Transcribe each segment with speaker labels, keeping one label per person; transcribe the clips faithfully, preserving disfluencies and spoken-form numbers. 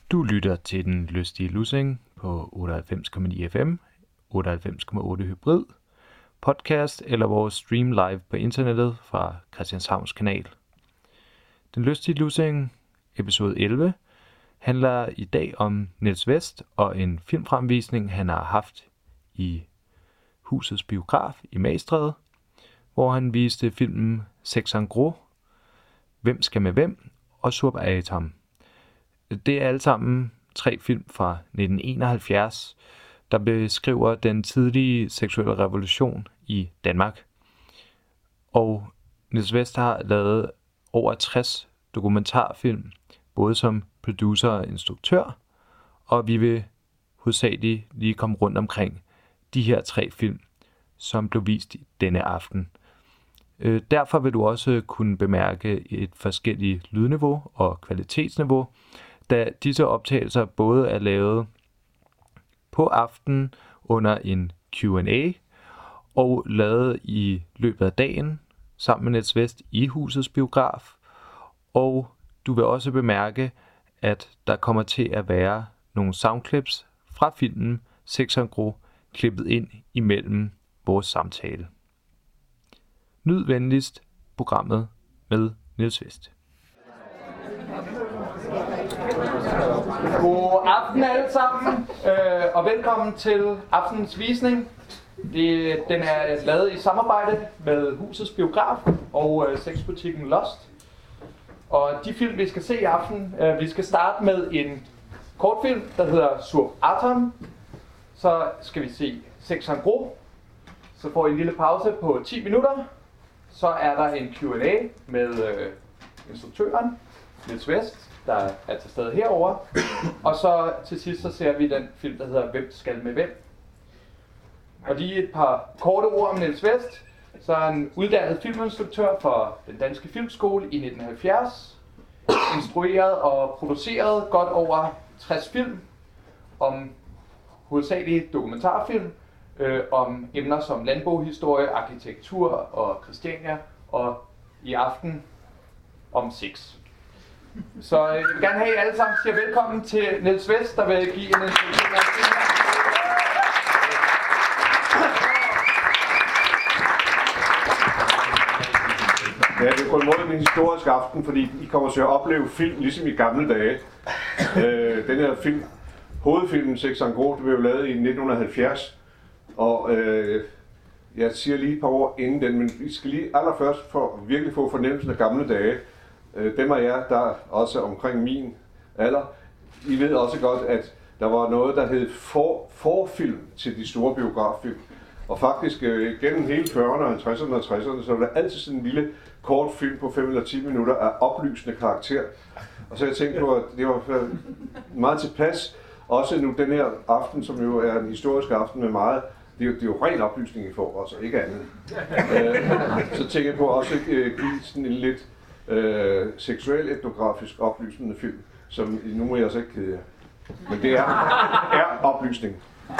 Speaker 1: Du lytter til Den Lystige Lussing på otteoghalvfems komma ni F M, otteoghalvfems komma otte Hybrid, podcast eller vores stream live på internettet fra Christianshavns Kanal. Den Lystige Lussing, episode elleve, handler i dag om Niels West og en filmfremvisning, han har haft i Husets Biograf i Magstræde, hvor han viste filmen Sex en gros, Hvem skal med hvem og Subatom. Det er alle sammen tre film fra nitten enoghalvfjerds, der beskriver den tidlige seksuelle revolution i Danmark. Og Niels West har lavet over tres dokumentarfilm, både som producer og instruktør, og vi vil hovedsageligt lige komme rundt omkring de her tre film, som blev vist denne aften. Derfor vil du også kunne bemærke et forskelligt lydniveau og kvalitetsniveau, da disse optagelser både er lavet på aftenen under en Q and A og lavet i løbet af dagen sammen med Niels West i Husets Biograf. Og du vil også bemærke, at der kommer til at være nogle soundclips fra filmen Sex en gros klippet ind imellem vores samtale. Nyd venligst programmet med Niels West.
Speaker 2: God aften alle sammen, øh, og velkommen til aftenens visning. Det, den er lavet i samarbejde med Husets Biograf og øh, sexbutikken Lost. Og de film, vi skal se i aften, øh, vi skal starte med en kortfilm, der hedder Subatom. Så skal vi se Sex en gros. Så får I en lille pause på ti minutter. Så er der en Q and A med øh, instruktøren, Niels West, der er til stede herover. Og så til sidst så ser vi den film, der hedder Hvem skal med hvem. Og lige et par korte ord om Niels West. Så er han uddannet filminstruktør for den danske filmskole i nitten halvfjerds. Instrueret og produceret godt over tres film om hovedsageligt dokumentarfilm. Øh, om emner som landbohistorie, arkitektur og Christiania, og i aften om sex. Så øh, jeg vil gerne have, at I alle sammen siger velkommen til Niels West, der vil give en introduktion af filmen.
Speaker 3: Ja, det er på en måde en historisk aften, fordi I kommer til at opleve film ligesom i gamle dage. Øh, den her film, hovedfilmen Sex en gros, blev lavet i nitten halvfjerds. Og øh, jeg siger lige et par ord inden den, men vi skal lige allerførst for virkelig få fornemmelsen af gamle dage. Øh, dem af jer, der også omkring min alder, I ved også godt, at der var noget, der hed for, forfilm til de store biograffilm. Og faktisk øh, gennem hele fyrrerne, halvtredserne og tresserne, så var der altid sådan en lille kort film på fem eller ti minutter af oplysende karakter. Og så jeg tænkte på, at det var meget tilpas. Også nu den her aften, som jo er en historisk aften med meget, det er jo, det er jo ren oplysning i får, altså ikke andet. øh, så tænker jeg på også at øh, give sådan en lidt øh, seksuel etnografisk oplysende film, som nu må jeg altså ikke kede jer. Men det er, er oplysning.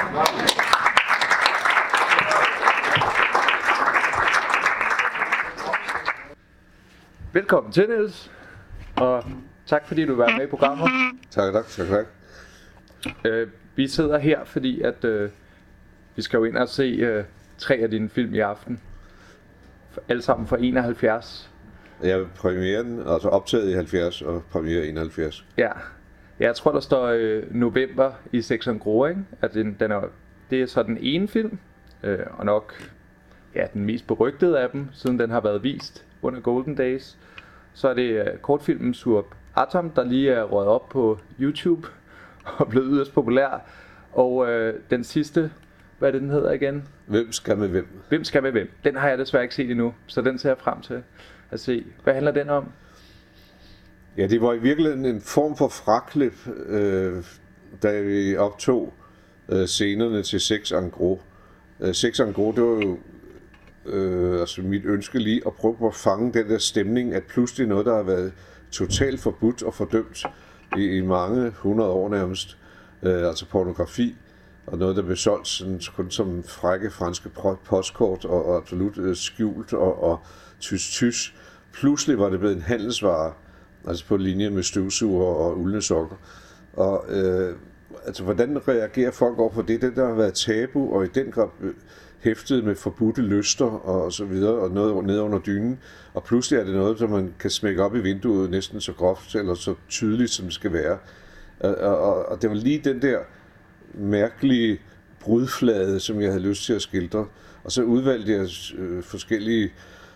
Speaker 2: Velkommen til, Niels, og tak fordi du var med i programmet.
Speaker 3: Tak, tak, tak, tak.
Speaker 2: Øh, vi sidder her, fordi at øh, vi skal jo ind og se øh, tre af dine film i aften. Alle sammen fra enoghalvfjerds.
Speaker 4: Ja, premieren, altså optaget i halvfjerds og premiere i enoghalvfjerds.
Speaker 2: Ja, jeg tror der står øh, november i Sex en gros, ikke? At den, den er, det er så den ene film, øh, og nok ja, den mest berygtede af dem, siden den har været vist under Golden Days. Så er det øh, kortfilmen Subatom, der lige er røget op på YouTube og blevet yderst populær. Og øh, den sidste, hvad er det, den hedder igen?
Speaker 4: Hvem skal med hvem?
Speaker 2: Hvem skal med hvem? Den har jeg desværre ikke set endnu, så den ser jeg frem til at se. Hvad handler den om?
Speaker 4: Ja, det var i virkeligheden en form for fraklip, øh, da vi optog øh, scenerne til Sex en gros. Øh, Sex en gros, det var jo øh, altså mit ønske lige at prøve at fange den der stemning, at pludselig noget, der har været totalt forbudt og fordømt i, i mange hundrede år nærmest, øh, altså pornografi, og noget, der blev solgt sådan, kun som frække franske postkort og, og absolut øh, skjult og, og tys-tys. Pludselig var det blevet en handelsvare, altså på linje med støvsuger og uldne sokker. Og øh, altså, hvordan reagerer folk over på det? Det, der har været tabu, og i den grad hæftet med forbudte lyster og så videre, og noget nede under dynen. Og pludselig er det noget, som man kan smække op i vinduet næsten så groft eller så tydeligt, som det skal være. Og, og, og det var lige den der mærkelige brudflade, som jeg havde lyst til at skildre. Og så udvalgte jeg øh, forskellige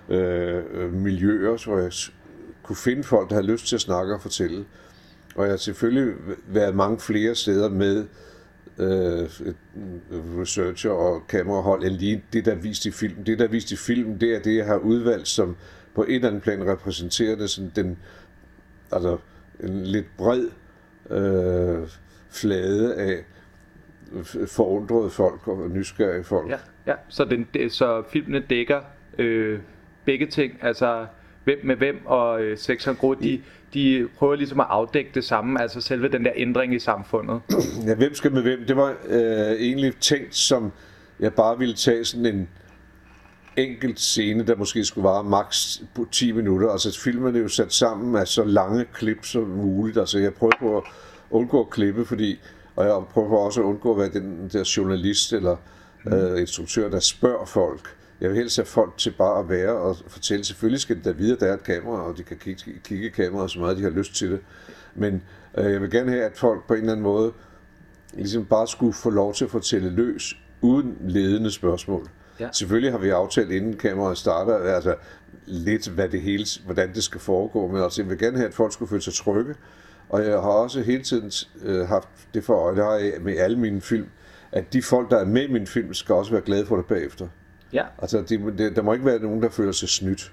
Speaker 4: øh, miljøer, så jeg kunne finde folk, der havde lyst til at snakke og fortælle. Og jeg har selvfølgelig været mange flere steder med øh, researcher og kamerahold, end lige det, der er vist i film. Det, der er vist i film, det er det, jeg har udvalgt, som på en eller anden plan repræsenterer det sådan den, altså en lidt bred øh, flade af forundrede folk og nysgerrige folk.
Speaker 2: Ja, ja. Så, den, så filmene dækker øh, begge ting, altså hvem med hvem og øh, Sex and Gro, de, de prøver ligesom at afdække det samme, altså selve den der ændring i samfundet.
Speaker 4: Ja, hvem skal med hvem? Det var øh, egentlig tænkt som, jeg bare ville tage sådan en enkelt scene, der måske skulle vare maks ti minutter. Altså filmen er jo sat sammen af så lange klip som muligt. Altså jeg prøver på at undgå at klippe, fordi, og jeg prøver også at undgå at være den der journalist eller mm. øh, instruktør, der spørger folk. Jeg vil helst have folk til bare at være og fortælle. Selvfølgelig skal det da vide, at der er et kamera, og de kan kigge, kigge i kameraet så meget, de har lyst til det. Men øh, jeg vil gerne have, at folk på en eller anden måde ligesom bare skulle få lov til at fortælle løs, uden ledende spørgsmål. Ja. Selvfølgelig har vi aftalt, inden kameraet starter, altså lidt, hvad det hele, hvordan det skal foregå, men altså, jeg vil gerne have, at folk skulle føle sig trygge. Og jeg har også hele tiden øh, haft det for øje, det har jeg med alle mine film, at de folk, der er med i min film, skal også være glade for det bagefter.
Speaker 2: Ja.
Speaker 4: Altså, de, de, der må ikke være nogen, der føler sig snydt.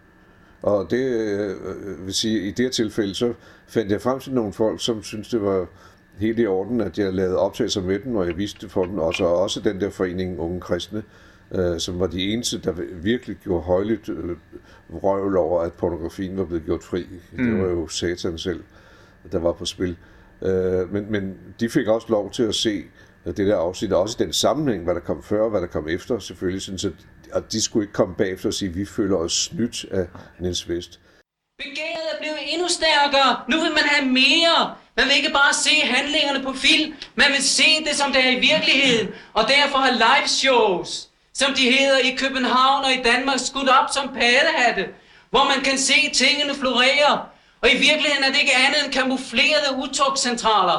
Speaker 4: Og det øh, vil sige, i det her tilfælde, så fandt jeg frem til nogle folk, som synes det var helt i orden, at jeg lavede optagelser med dem, og jeg viste det for dem også, og også den der forening Unge Kristne, øh, som var de eneste, der virkelig gjorde højligt øh, vrøvl over, at pornografien var blevet gjort fri. Mm. Det var jo Satan selv, der var på spil. Øh, men, men de fik også lov til at se det der afsnit, og også den sammenhæng, hvad der kom før og hvad der kom efter, selvfølgelig, synes jeg, at de skulle ikke komme bagefter og sige, at vi føler os snydt af Niels West.
Speaker 5: Begæret er blevet endnu stærkere. Nu vil man have mere. Man vil ikke bare se handlingerne på film, man vil se det, som det er i virkeligheden, og derfor har live shows, som de hedder i København og i Danmark, skudt op som paddehatte, hvor man kan se tingene florere, og i virkeligheden er det ikke andet end kamuflerede utugtcentraler.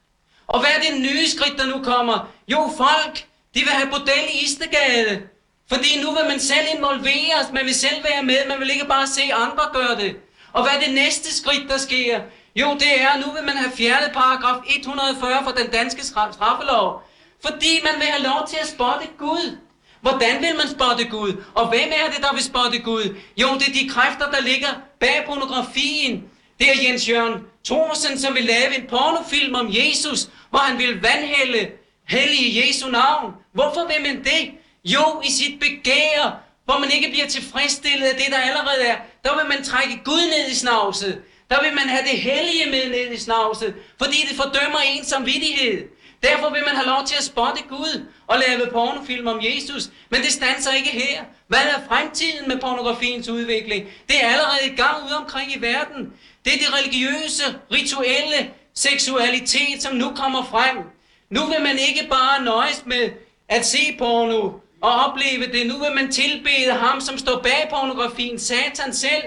Speaker 5: Og hvad er det nye skridt, der nu kommer? Jo, folk, de vil have bordel i Istedgade. Fordi nu vil man selv involveres, man vil selv være med, man vil ikke bare se andre gøre det. Og hvad er det næste skridt, der sker? Jo, det er, nu vil man have fjernet paragraf et hundrede og fyrre fra den danske straffelov. Fordi man vil have lov til at spotte Gud. Hvordan vil man spotte Gud? Og hvem er det, der vil spotte Gud? Jo, det er de kræfter, der ligger bag pornografien. Det er Jens Jørgen Thorsen, som vil lave en pornofilm om Jesus, hvor han vil vandhælde hellige Jesu navn. Hvorfor vil man det? Jo, i sit begær, hvor man ikke bliver tilfredsstillet af det, der allerede er. Der vil man trække Gud ned i snavset. Der vil man have det hellige med ned i snavset, fordi det fordømmer en samvittighed. Derfor vil man have lov til at spotte Gud og lave pornofilm om Jesus. Men det standser ikke her. Hvad er fremtiden med pornografiens udvikling? Det er allerede i gang ude omkring i verden. Det er det religiøse, rituelle seksualitet, som nu kommer frem. Nu vil man ikke bare nøjes med at se porno og opleve det. Nu vil man tilbede ham, som står bag pornografien, Satan selv.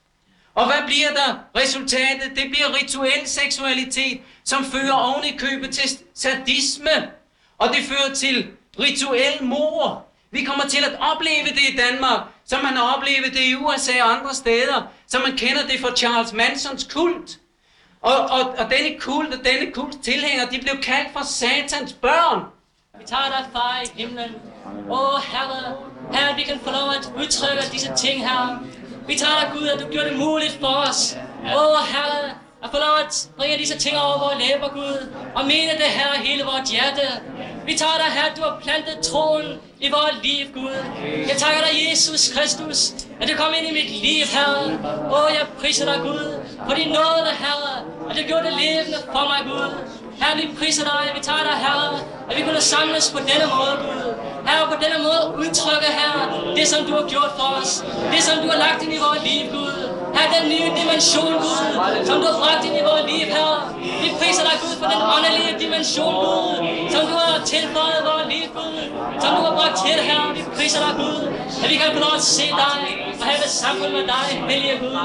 Speaker 5: Og hvad bliver der resultatet? Det bliver rituel seksualitet, som fører oven i købet til sadisme. Og det fører til rituel mord. Vi kommer til at opleve det i Danmark, som man har oplevet det i U S A og andre steder, som man kender det fra Charles Mansons kult. Og, og, og denne kult og denne kults tilhængere, de blev kaldt for Satans børn.
Speaker 6: Vi tager dig, far i himlen. Åh, Herre, Herre, vi kan få lov at udtrykke disse ting her. Vi tager dig, Gud, at du gjorde det muligt for os. Åh, Herre, at få lov at bringe disse ting over vores læber, Gud, og mene det her hele vores hjerte. Vi tager dig, Herre, du har plantet troen i vores liv, Gud. Jeg takker dig, Jesus Kristus, at du kom ind i mit liv, Herre. Åh, jeg priser dig, Gud, for din nåde, Herre, at du gjorde det levende for mig, Gud. Herre, vi priser dig, vi tager dig, Herre, at vi kunne samles på denne måde, Gud. Herre, på denne måde udtrykke, Herre, det som du har gjort for os. Det som du har lagt ind i vores liv, Gud. Herre, den nye dimension, Gud, som du har bragt ind i vores liv, Herre. Vi priser dig, Gud, for den solgud, som du har tilføjet vores liv, Gud, som du har bragt til, Herre, vi priser dig, Gud, at vi kan få lov at se dig og have et samfund med dig, hellige Gud.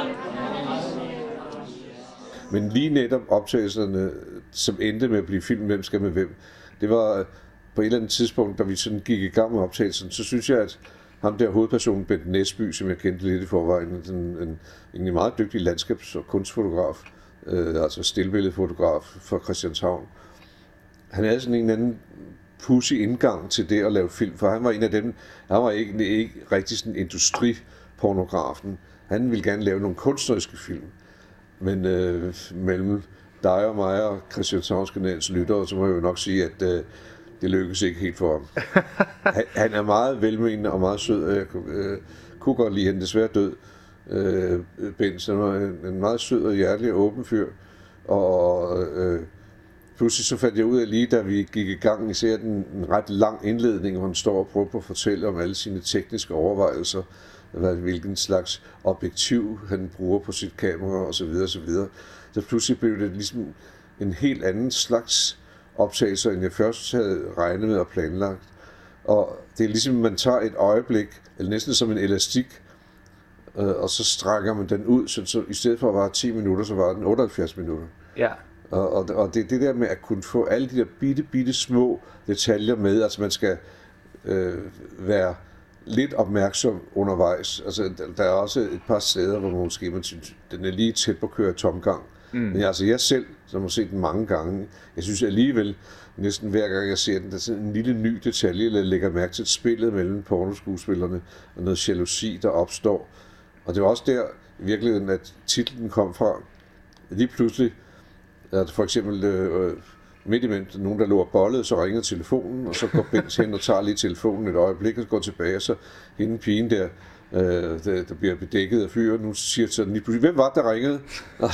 Speaker 4: Men lige netop optagelserne, som endte med at blive film, hvem skal med hvem, det var på et eller andet tidspunkt, da vi sådan gik i gang med optagelsen, så synes jeg, at ham der hovedpersonen, Bent Næsby, som jeg kendte lidt i forvejen, en, en, en meget dygtig landskabs- og kunstfotograf, øh, altså stillbilledfotograf fra Christianshavn. Han havde sådan en anden pudsig indgang til det at lave film, for han var en af dem, han var ikke, ikke rigtig sådan industripornografen. Han ville gerne lave nogle kunstneriske film. Men øh, mellem dig og mig og Christianshavns Kanals lyttere, så må jeg jo nok sige, at øh, det lykkes ikke helt for ham. Han, han er meget velmenende og meget sød, og jeg øh, kunne godt lide, han desværre død. Øh, Bent, han var en, en meget sød og hjertelig og åben fyr. Og øh, pludselig så fandt jeg ud af lige, da vi gik i gang, især den en ret lang indledning, hvor han står og prøver på at fortælle om alle sine tekniske overvejelser, hvilken slags objektiv han bruger på sit kamera osv. osv. Så pludselig blev det ligesom en helt anden slags optagelser, end jeg først havde regnet med og planlagt. Og det er ligesom, man tager et øjeblik, eller næsten som en elastik, og så strækker man den ud, så, så i stedet for at vare ti minutter, så var den otteoghalvfjerds minutter.
Speaker 1: Ja.
Speaker 4: Og, og, og det er det der med at kunne få alle de der bitte, bitte små detaljer med, altså man skal øh, være lidt opmærksom undervejs. Altså, der er også et par steder, hvor man måske man synes, den er lige tæt på at køre tomgang. Mm. Men altså, jeg selv, som har set den mange gange, jeg synes alligevel, næsten hver gang jeg ser den, der er sådan en lille ny detalje, eller lægger mærke til spillet mellem pornoskuespillerne, og noget jalousi, der opstår. Og det var også der, i virkeligheden, at titlen kom fra. Lige pludselig, at for eksempel øh, midt imellem nogen, der lå bollet, så ringer telefonen, og så går Bent hen og tager lige telefonen et øjeblik, og går tilbage, og så hende pigen der, øh, der, der bliver bedækket af fyren, nu siger så lige pludselig, hvem var det, der ringede?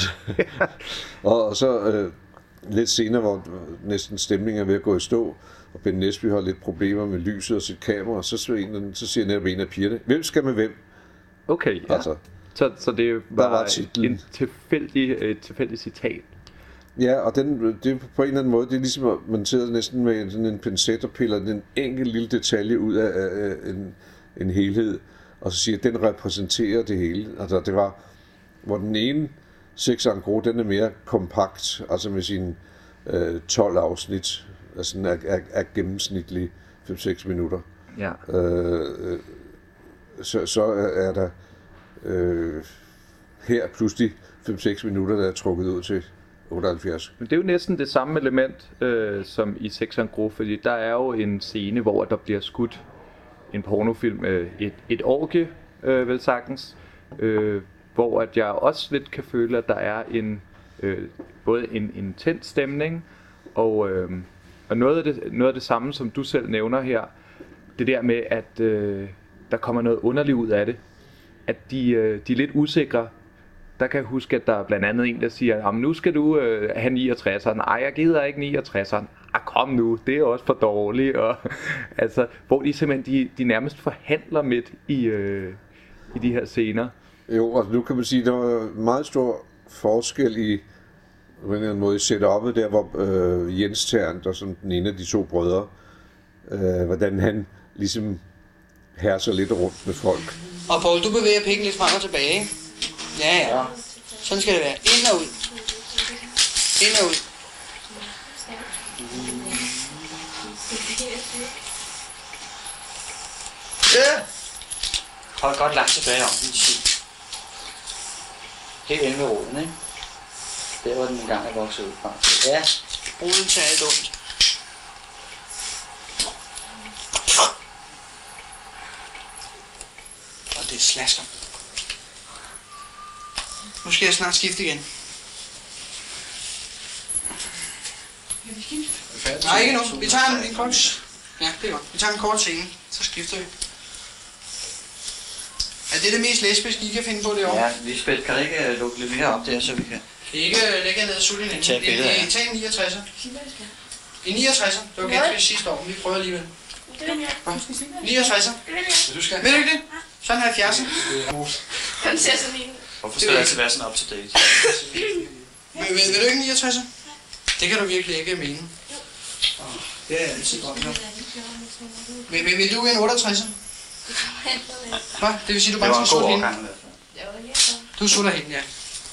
Speaker 4: og, og så øh, lidt senere, hvor næsten stemningen er ved at gå i stå, og Bent Næsby har lidt problemer med lyset og sit kamera, og så, så, en, så siger netop en af pigerne, hvem skal med hvem?
Speaker 1: Okay, ja. Altså, så, så det var, var en tilfældig, et tilfældigt citat.
Speaker 4: Ja, og den, det er på en eller anden måde, det er ligesom, at man sidder næsten med sådan en pincet og piller en enkelt lille detalje ud af, af en, en helhed, og så siger, at den repræsenterer det hele. Altså det var, hvor den ene seks en gros, den er mere kompakt, altså med sine øh, tolv afsnit, altså er, er, er gennemsnitlig fem seks minutter.
Speaker 1: Ja.
Speaker 4: Øh, så, så er der øh, her pludselig fem seks minutter, der er trukket ud til otteoghalvfjerds.
Speaker 1: Men det er jo næsten det samme element øh, som i seks en gros, fordi der er jo en scene, hvor der bliver skudt en pornofilm, øh, et, et orgie, øh, vel sagtens, øh, hvor at jeg også lidt kan føle, at der er en øh, både en intens stemning, og, øh, og noget, af det, noget af det samme, som du selv nævner her, det der med, at øh, der kommer noget underligt ud af det, at de, øh, de er lidt usikre. Der kan jeg huske, at der er blandt andet en, der siger, nu skal du øh, have niogtresseren. Ej, jeg gider ikke niogtresseren. Ah, kom nu, det er også for dårligt. Og, altså, hvor de simpelthen, de, de nærmest forhandler midt i, øh, i de her scener.
Speaker 4: Jo, og nu kan man sige, der var meget stor forskel i, på en eller anden måde, i setup'et der, hvor øh, Jens Tern, der som den ene af de to brødre, øh, hvordan han ligesom herser lidt rundt med folk.
Speaker 5: Og Poul, du bevæger pikken lidt frem og tilbage. Ja, ja. Sådan skal det være. Ind og ud. Ind og ud. Ja. Hold godt langt tilbage om den syg. Helt inde med roden, ikke? Der var den en gang, jeg voksede ud fra. Ja. Roden til alt ondt. Og det slasker. Nu skal jeg snart skifte igen. Nej, ikke nu. Vi tager en, en kort... Ja, det er godt. Vi tager en kort scene, så skifter vi. Er det det mest lesbiske, I kan finde på det år? Ja, Lisbeth, kan du ikke lukke lidt mere op der, så vi kan... Det er ikke lægge ned og sutte hinanden. Tag et billede af. Tag en niogtresser. En niogtresser? Det var ganske sidste år, men vi prøver alligevel. niogtresser? Du skal. Vil du ikke det? Så en halvfjerds.
Speaker 6: Den ser sådan en.
Speaker 5: Hvorfor skal det altid være sådan up to date? Vil, vil, vil du ikke niogtress'er? Det kan du virkelig ikke mene.
Speaker 7: Det er altid godt, jo. Vil, vil, vil du en otteogtresser? Hvad? Det vil sige, du bare skal sutte hende? Du sutter hende, ja.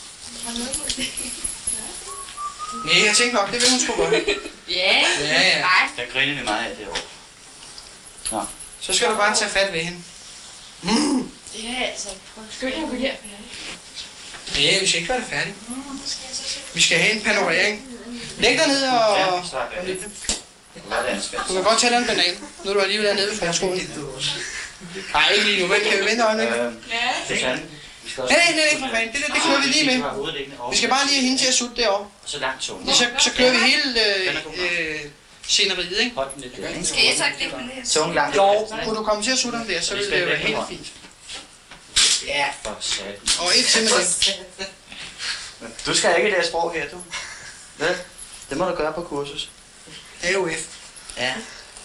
Speaker 7: Nej, jeg tænkte nok, det vil hun sgu godt.
Speaker 8: Ja,
Speaker 7: ja, ja.
Speaker 9: Der griner vi meget af det år. Ja.
Speaker 7: Så skal du bare tage fat ved hende.
Speaker 8: Mm. Det er altså... Skyld dig på her.
Speaker 7: Nej, vi skal ikke være det færdige. Vi skal have en panorering. Læg dig ned og...
Speaker 9: Ja, så er det.
Speaker 7: Du kan godt tage en banan. Nu er du alligevel dernede ved færskolen. Nej, ikke lige nu, men kan vi vente øjeblik? Ja.
Speaker 9: Susanne,
Speaker 7: Nej, nej, nej, for fanden. Det, det, det kører vi lige med. Vi skal bare lige have hende til at sutte derovre.
Speaker 9: Og så langt tunge.
Speaker 7: Så, så kører vi hele øh, øh, sceneriet, ikke?
Speaker 8: Skal jeg så klippe den her?
Speaker 9: Tunge langt.
Speaker 7: Jo, kunne du komme til at sutte ham der, så vil det være helt fint.
Speaker 9: Ja, for satan.
Speaker 7: Og et til med det.
Speaker 9: Du skal ikke i det her sprog her, du. Hvad? Det må du gøre på kursus.
Speaker 7: A O F.
Speaker 9: Ja.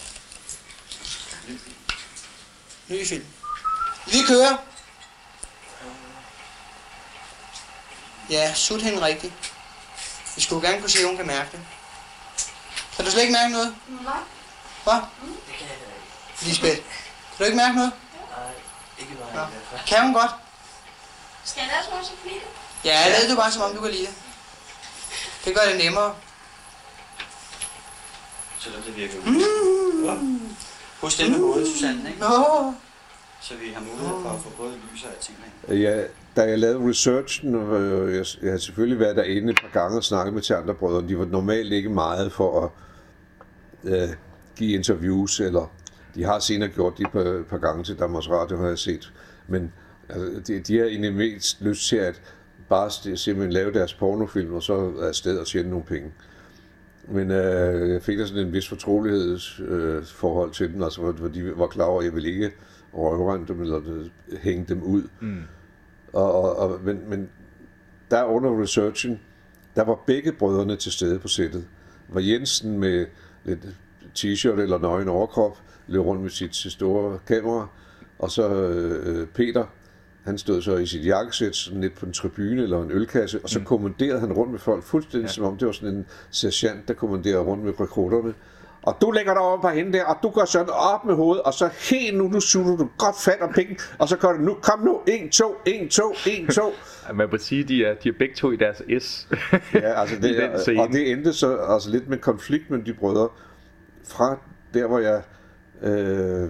Speaker 7: Ny film. Vi kører. Ja, sut hende rigtigt. Vi skulle gerne kunne se, at hun kan mærke det. Kan du slet ikke mærke noget?
Speaker 8: Nej.
Speaker 7: Hvad? Lisbeth, kan du ikke mærke noget?
Speaker 9: Nej, ikke bare i hvert fald.
Speaker 7: Kan hun godt?
Speaker 8: Skal jeg lade som om, så kan lide det?
Speaker 7: Ja, lad det bare som om, du kan lide det. Det gør det nemmere.
Speaker 9: Så lader det virke ud. Mm. Husk det med hovedet, Susanne, ikke?
Speaker 7: Nå.
Speaker 9: Så vi har mulighed for at få både lys og ting.
Speaker 4: Ja, da jeg lavede researchen, øh, jeg, jeg har selvfølgelig været derinde et par gange og snakket med Teaterbrødrene. De var normalt ikke meget for at øh, give interviews, eller de har senere gjort det et par, par gange til Danmarks Radio, har jeg set. Men altså, de, de har egentlig mest lyst til at bare simpelthen lave deres pornofilm, og så afsted og tjene nogle penge. Men øh, jeg fik da sådan en vis fortrolighedsforhold øh, til dem, altså hvor, hvor de var klar over, at jeg ville ikke røvrende dem eller hænge dem ud. Mm. Og, og, og, men, men der under researchen, der var begge brødrene til stede på sættet. Var Jensen med lidt t-shirt eller nøgen overkrop, løb rundt med sit store kamera, og så øh, Peter, han stod så i sit jakkesæt sådan lidt på en tribune eller en ølkasse, og så mm. kommanderede han rundt med folk, fuldstændig ja. Som om det var sådan en sergeant, der kommanderede rundt med rekrutterne. Og du lægger dig over på hende der, og du går sådan op med hovedet, og så helt nu, nu suger du godt fat om pikken, og så gør det nu, kom nu, en, to, en, to, en, to.
Speaker 1: Man må sige, de er, de er begge to i deres S.
Speaker 4: Ja, altså det, og det endte så altså lidt med konflikt med de brødre, fra der, hvor jeg øh,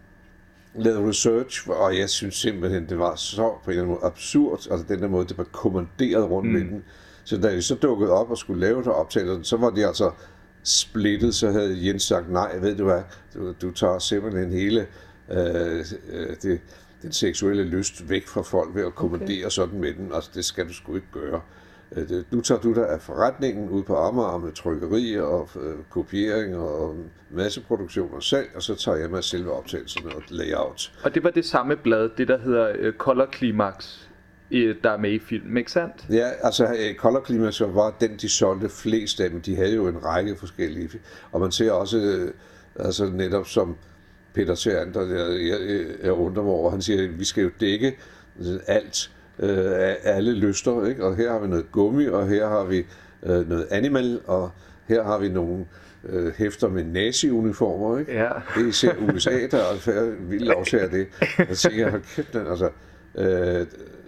Speaker 4: lavede research, og jeg synes simpelthen, det var så på en eller anden måde absurd, altså den der måde, det var kommanderet rundt mm. med den. Så da de så dukkede op og skulle lave det optagelsen, så var det altså splittet, så havde Jens sagt, nej, ved du hvad, du, du tager simpelthen hele øh, det, den seksuelle lyst væk fra folk ved at kommandere okay. sådan med den, altså det skal du sgu ikke gøre. Nu tager du der af forretningen ude på Amager med trykkeri og øh, kopiering og masseproduktion og salg, og så tager jeg med selve optagelserne og layout.
Speaker 1: Og det var det samme blad, det der hedder øh, Color Climax, der er med i filmen, ikke sandt?
Speaker 4: Ja, altså Color Climax var den, de solgte flest af dem. De havde jo en række forskellige. Og man ser også, øh, altså netop som Peter Theander, jeg, jeg, jeg undrer mig over, han siger, at vi skal jo dække alt, øh, alle lyster, ikke? Og her har vi noget gummi, og her har vi øh, noget animal, og her har vi nogle øh, hæfter med nazi-uniformer, ikke?
Speaker 1: Ja.
Speaker 4: Det er især U S A, der er vildt lov af det. Jeg tænker, hold kæft, den, altså... Øh,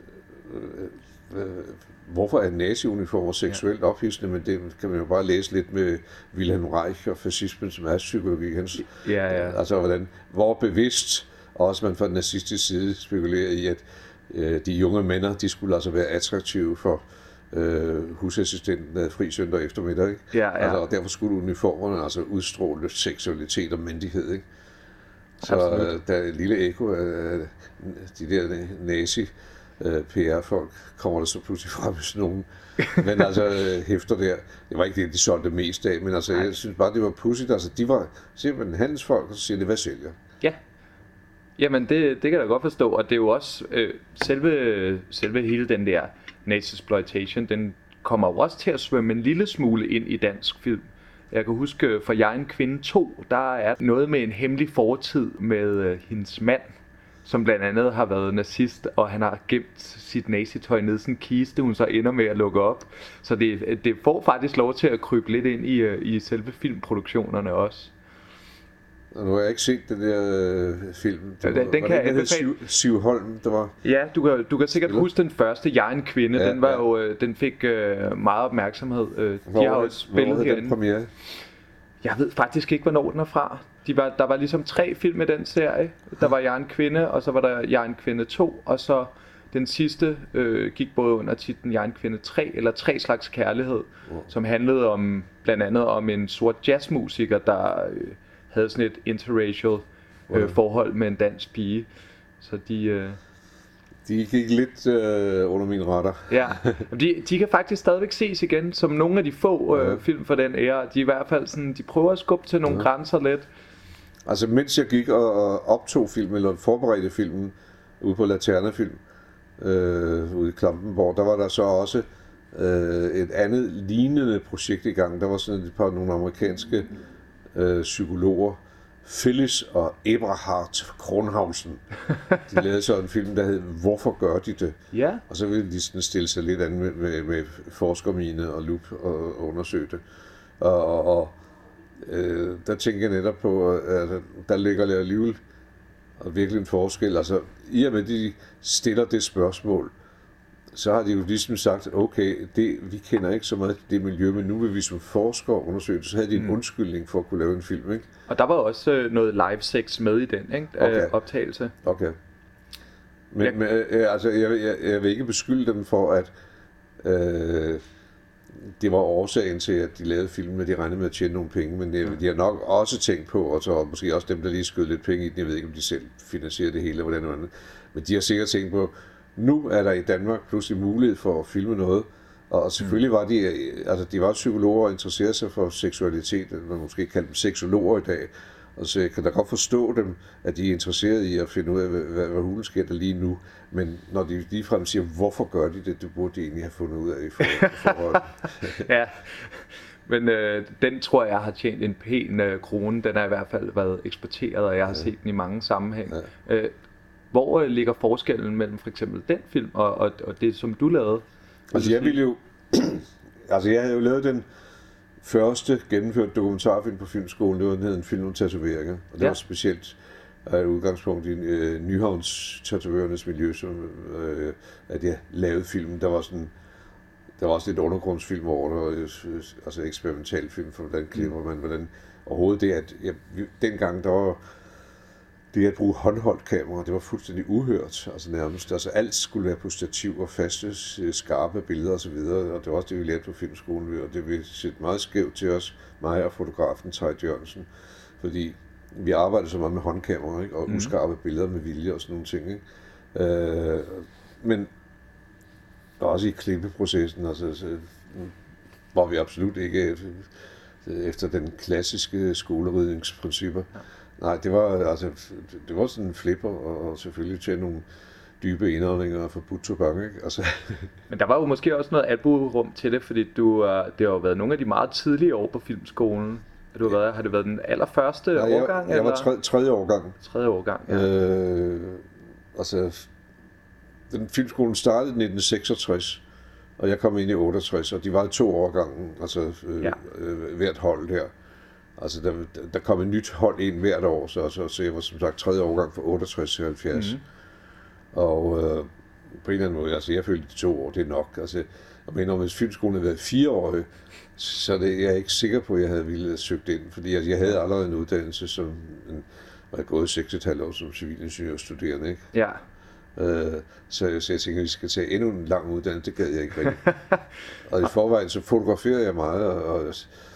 Speaker 4: hvorfor er nazi-uniformer seksuelt ophidsende, men det kan man jo bare læse lidt med Wilhelm Reich og fascismen som er psykologi. Hans,
Speaker 1: ja, ja.
Speaker 4: Altså, hvordan, hvor bevidst også man fra den nazistiske side spekulerer i, at øh, de junge mænd, de skulle altså være attraktive for øh, husassistenten af fri søndag eftermiddag, ikke?
Speaker 1: Ja, ja.
Speaker 4: Altså, og derfor skulle uniformerne altså udstråle seksualitet og myndighed, ikke? Så øh, der er et lille ekko af de der nazi P R-folk kommer der så pludselig frem med sådan nogle, men altså hæfter der, det var ikke det, de solgte mest af, men altså jeg synes bare, det var pudsigt, altså de var simpelthen handelsfolk, og så siger det, hvad sælger?
Speaker 1: Ja, jamen det, det kan jeg da godt forstå, og det er jo også, øh, selve, selve hele den der nazi-exploitation, den kommer jo også til at svømme en lille smule ind i dansk film. Jeg kan huske, for Jeg er en kvinde to, der er noget med en hemmelig fortid med øh, hendes mand, som blandt andet har været nazist, og han har gemt sit nazitøj ned i sådan en kiste, hun så ender med at lukke op. Så det, det får faktisk lov til at krybe lidt ind i, i selve filmproduktionerne også.
Speaker 4: Og nu har jeg ikke set den der øh, film.
Speaker 1: Den, den, den kan jeg anbefale.
Speaker 4: Siv, Siv Holm, der var...
Speaker 1: Ja, du kan, du kan sikkert Spiller. huske den første, Jeg er en kvinde. Ja, den, var
Speaker 4: ja.
Speaker 1: jo, øh, den fik øh, meget opmærksomhed. Øh,
Speaker 4: hvor
Speaker 1: de har jo spillet
Speaker 4: hvor
Speaker 1: herinde.
Speaker 4: Den premiere?
Speaker 1: Jeg ved faktisk ikke, hvornår den er fra. De var, der var ligesom tre film i den serie. Der var Jeg er en kvinde, og så var der Jeg er en kvinde to, og så den sidste øh, gik både under titlen Jeg er en kvinde tre, eller Tre slags kærlighed, oh. som handlede om blandt andet om en sort jazzmusiker, der øh, havde sådan et interracial øh, oh. forhold med en dansk pige. Så de... Øh,
Speaker 4: De gik lidt øh, under mine radar.
Speaker 1: Ja, de, de kan faktisk stadigvæk ses igen som nogle af de få øh, ja. film fra den æra. De er i hvert fald sådan, de prøver at skubbe til nogle ja. grænser lidt.
Speaker 4: Altså mens jeg gik og optog film, eller forberedte filmen ude på Laternafilm, øh, ude i Klampenborg, der var der så også øh, et andet lignende projekt i gang. Der var sådan et par nogle amerikanske øh, psykologer, Phyllis og Eberhard Kronhausen. De lavede så en film, der hed Hvorfor gør de det?
Speaker 1: Ja.
Speaker 4: Og så ville de sådan stille sig lidt an med, med, med forskermine og lup og undersøge det. Og, og, og øh, der tænker jeg netop på, at der ligger der alligevel og virkelig en forskel. Altså i og med, at de stiller det spørgsmål, så har de jo ligesom sagt, okay, det, vi kender ikke så meget det miljø, men nu vil vi som forskere undersøge det, så havde de en mm. undskyldning for at kunne lave en film, ikke?
Speaker 1: Og der var også noget live sex med i den, ikke?
Speaker 4: Okay.
Speaker 1: Optagelse.
Speaker 4: Okay. Men, ja. men altså, jeg, jeg, jeg vil ikke beskylde dem for, at øh, det var årsagen til, at de lavede filmen, at de regnede med at tjene nogle penge, men det, de har nok også tænkt på, og så måske også dem, der lige skød lidt penge i den, jeg ved ikke, om de selv finansierer det hele, eller hvordan andet, men de har sikkert tænkt på, nu er der i Danmark pludselig mulighed for at filme noget, og selvfølgelig var de, altså de var psykologer og interesserede sig for seksualitet, man måske kalde dem seksologer i dag, og så kan da godt forstå dem, at de er interesserede i at finde ud af, hvad, hvad, hvad hulen sker der lige nu, men når de ligefrem siger, hvorfor gør de det, det burde de egentlig have fundet ud af i forhold.
Speaker 1: Ja, men øh, den tror jeg har tjent en pæn øh, krone, den har i hvert fald været eksporteret, og jeg har ja. set den i mange sammenhæng. Ja. Øh, Hvor ligger forskellen mellem for eksempel den film og, og, og det, som du lavede?
Speaker 4: Altså jeg ville jo... altså jeg havde jo lavet den første gennemført dokumentarfilm på Filmskolen. Det var den hed En film om tatoveringer. Og det ja. var specielt et uh, udgangspunkt i uh, Nyhavns tatovørernes miljø, som, uh, at jeg lavede filmen. Der var sådan... Der var også lidt undergrundsfilm over det, og, altså eksperimental film for hvordan klipper man, hvordan... Overhovedet det, at jeg, dengang der var... Det at bruge håndholdt kamera, det var fuldstændig uhørt, altså nærmest. Altså alt skulle være på stativ og faste, skarpe billeder osv., og det var også det, vi lærte på Filmskolen, og det vil sætte meget skævt til os, mig og fotografen Tej Jørgensen, fordi vi arbejdede så meget med håndkamera, ikke? Og mm. uskarpe billeder med vilje og sådan nogle ting. Ikke? Øh, men også i klippeprocessen, altså, så, hvor vi absolut ikke efter den klassiske skoleridningsprincipper. Ja. Nej, det var altså det var sådan en flipper og selvfølgelig til nogle dybe indåndinger og forbudt tobak, ikke? Altså.
Speaker 1: Men der var jo måske også noget albuerum til det, fordi du det har jo været nogle af de meget tidlige år på Filmskolen. Du har, været, har det været den allerførste
Speaker 4: Nej, jeg,
Speaker 1: årgang?
Speaker 4: Jeg
Speaker 1: eller?
Speaker 4: var tredje, tredje årgang.
Speaker 1: Tredje årgang, ja.
Speaker 4: Øh, altså, den Filmskolen startede i nitten seksogtres, og jeg kom ind i otteogtres, og de var i to årgange, altså øh, ja. øh, hvert hold her. Altså, der, der kom et nyt hold ind hvert år, så, så, så jeg var som sagt tredje årgang fra otteogtres til halvfjerds. Mm-hmm. Og øh, på en eller anden måde, altså jeg følte de to år, det er nok. Altså, jeg mener, hvis Filmskolen havde været fire år, så det, jeg er ikke sikker på, at jeg havde ville have søgt ind, fordi altså, jeg havde allerede en uddannelse, som en, var jeg gået seks komma fem år som civilingeniørstuderende, ikke?
Speaker 1: Ja.
Speaker 4: Øh, så, så jeg tænker, at vi skal tage endnu en lang uddannelse, det gad jeg ikke rigtig. Og i forvejen, så fotograferede jeg meget, og, og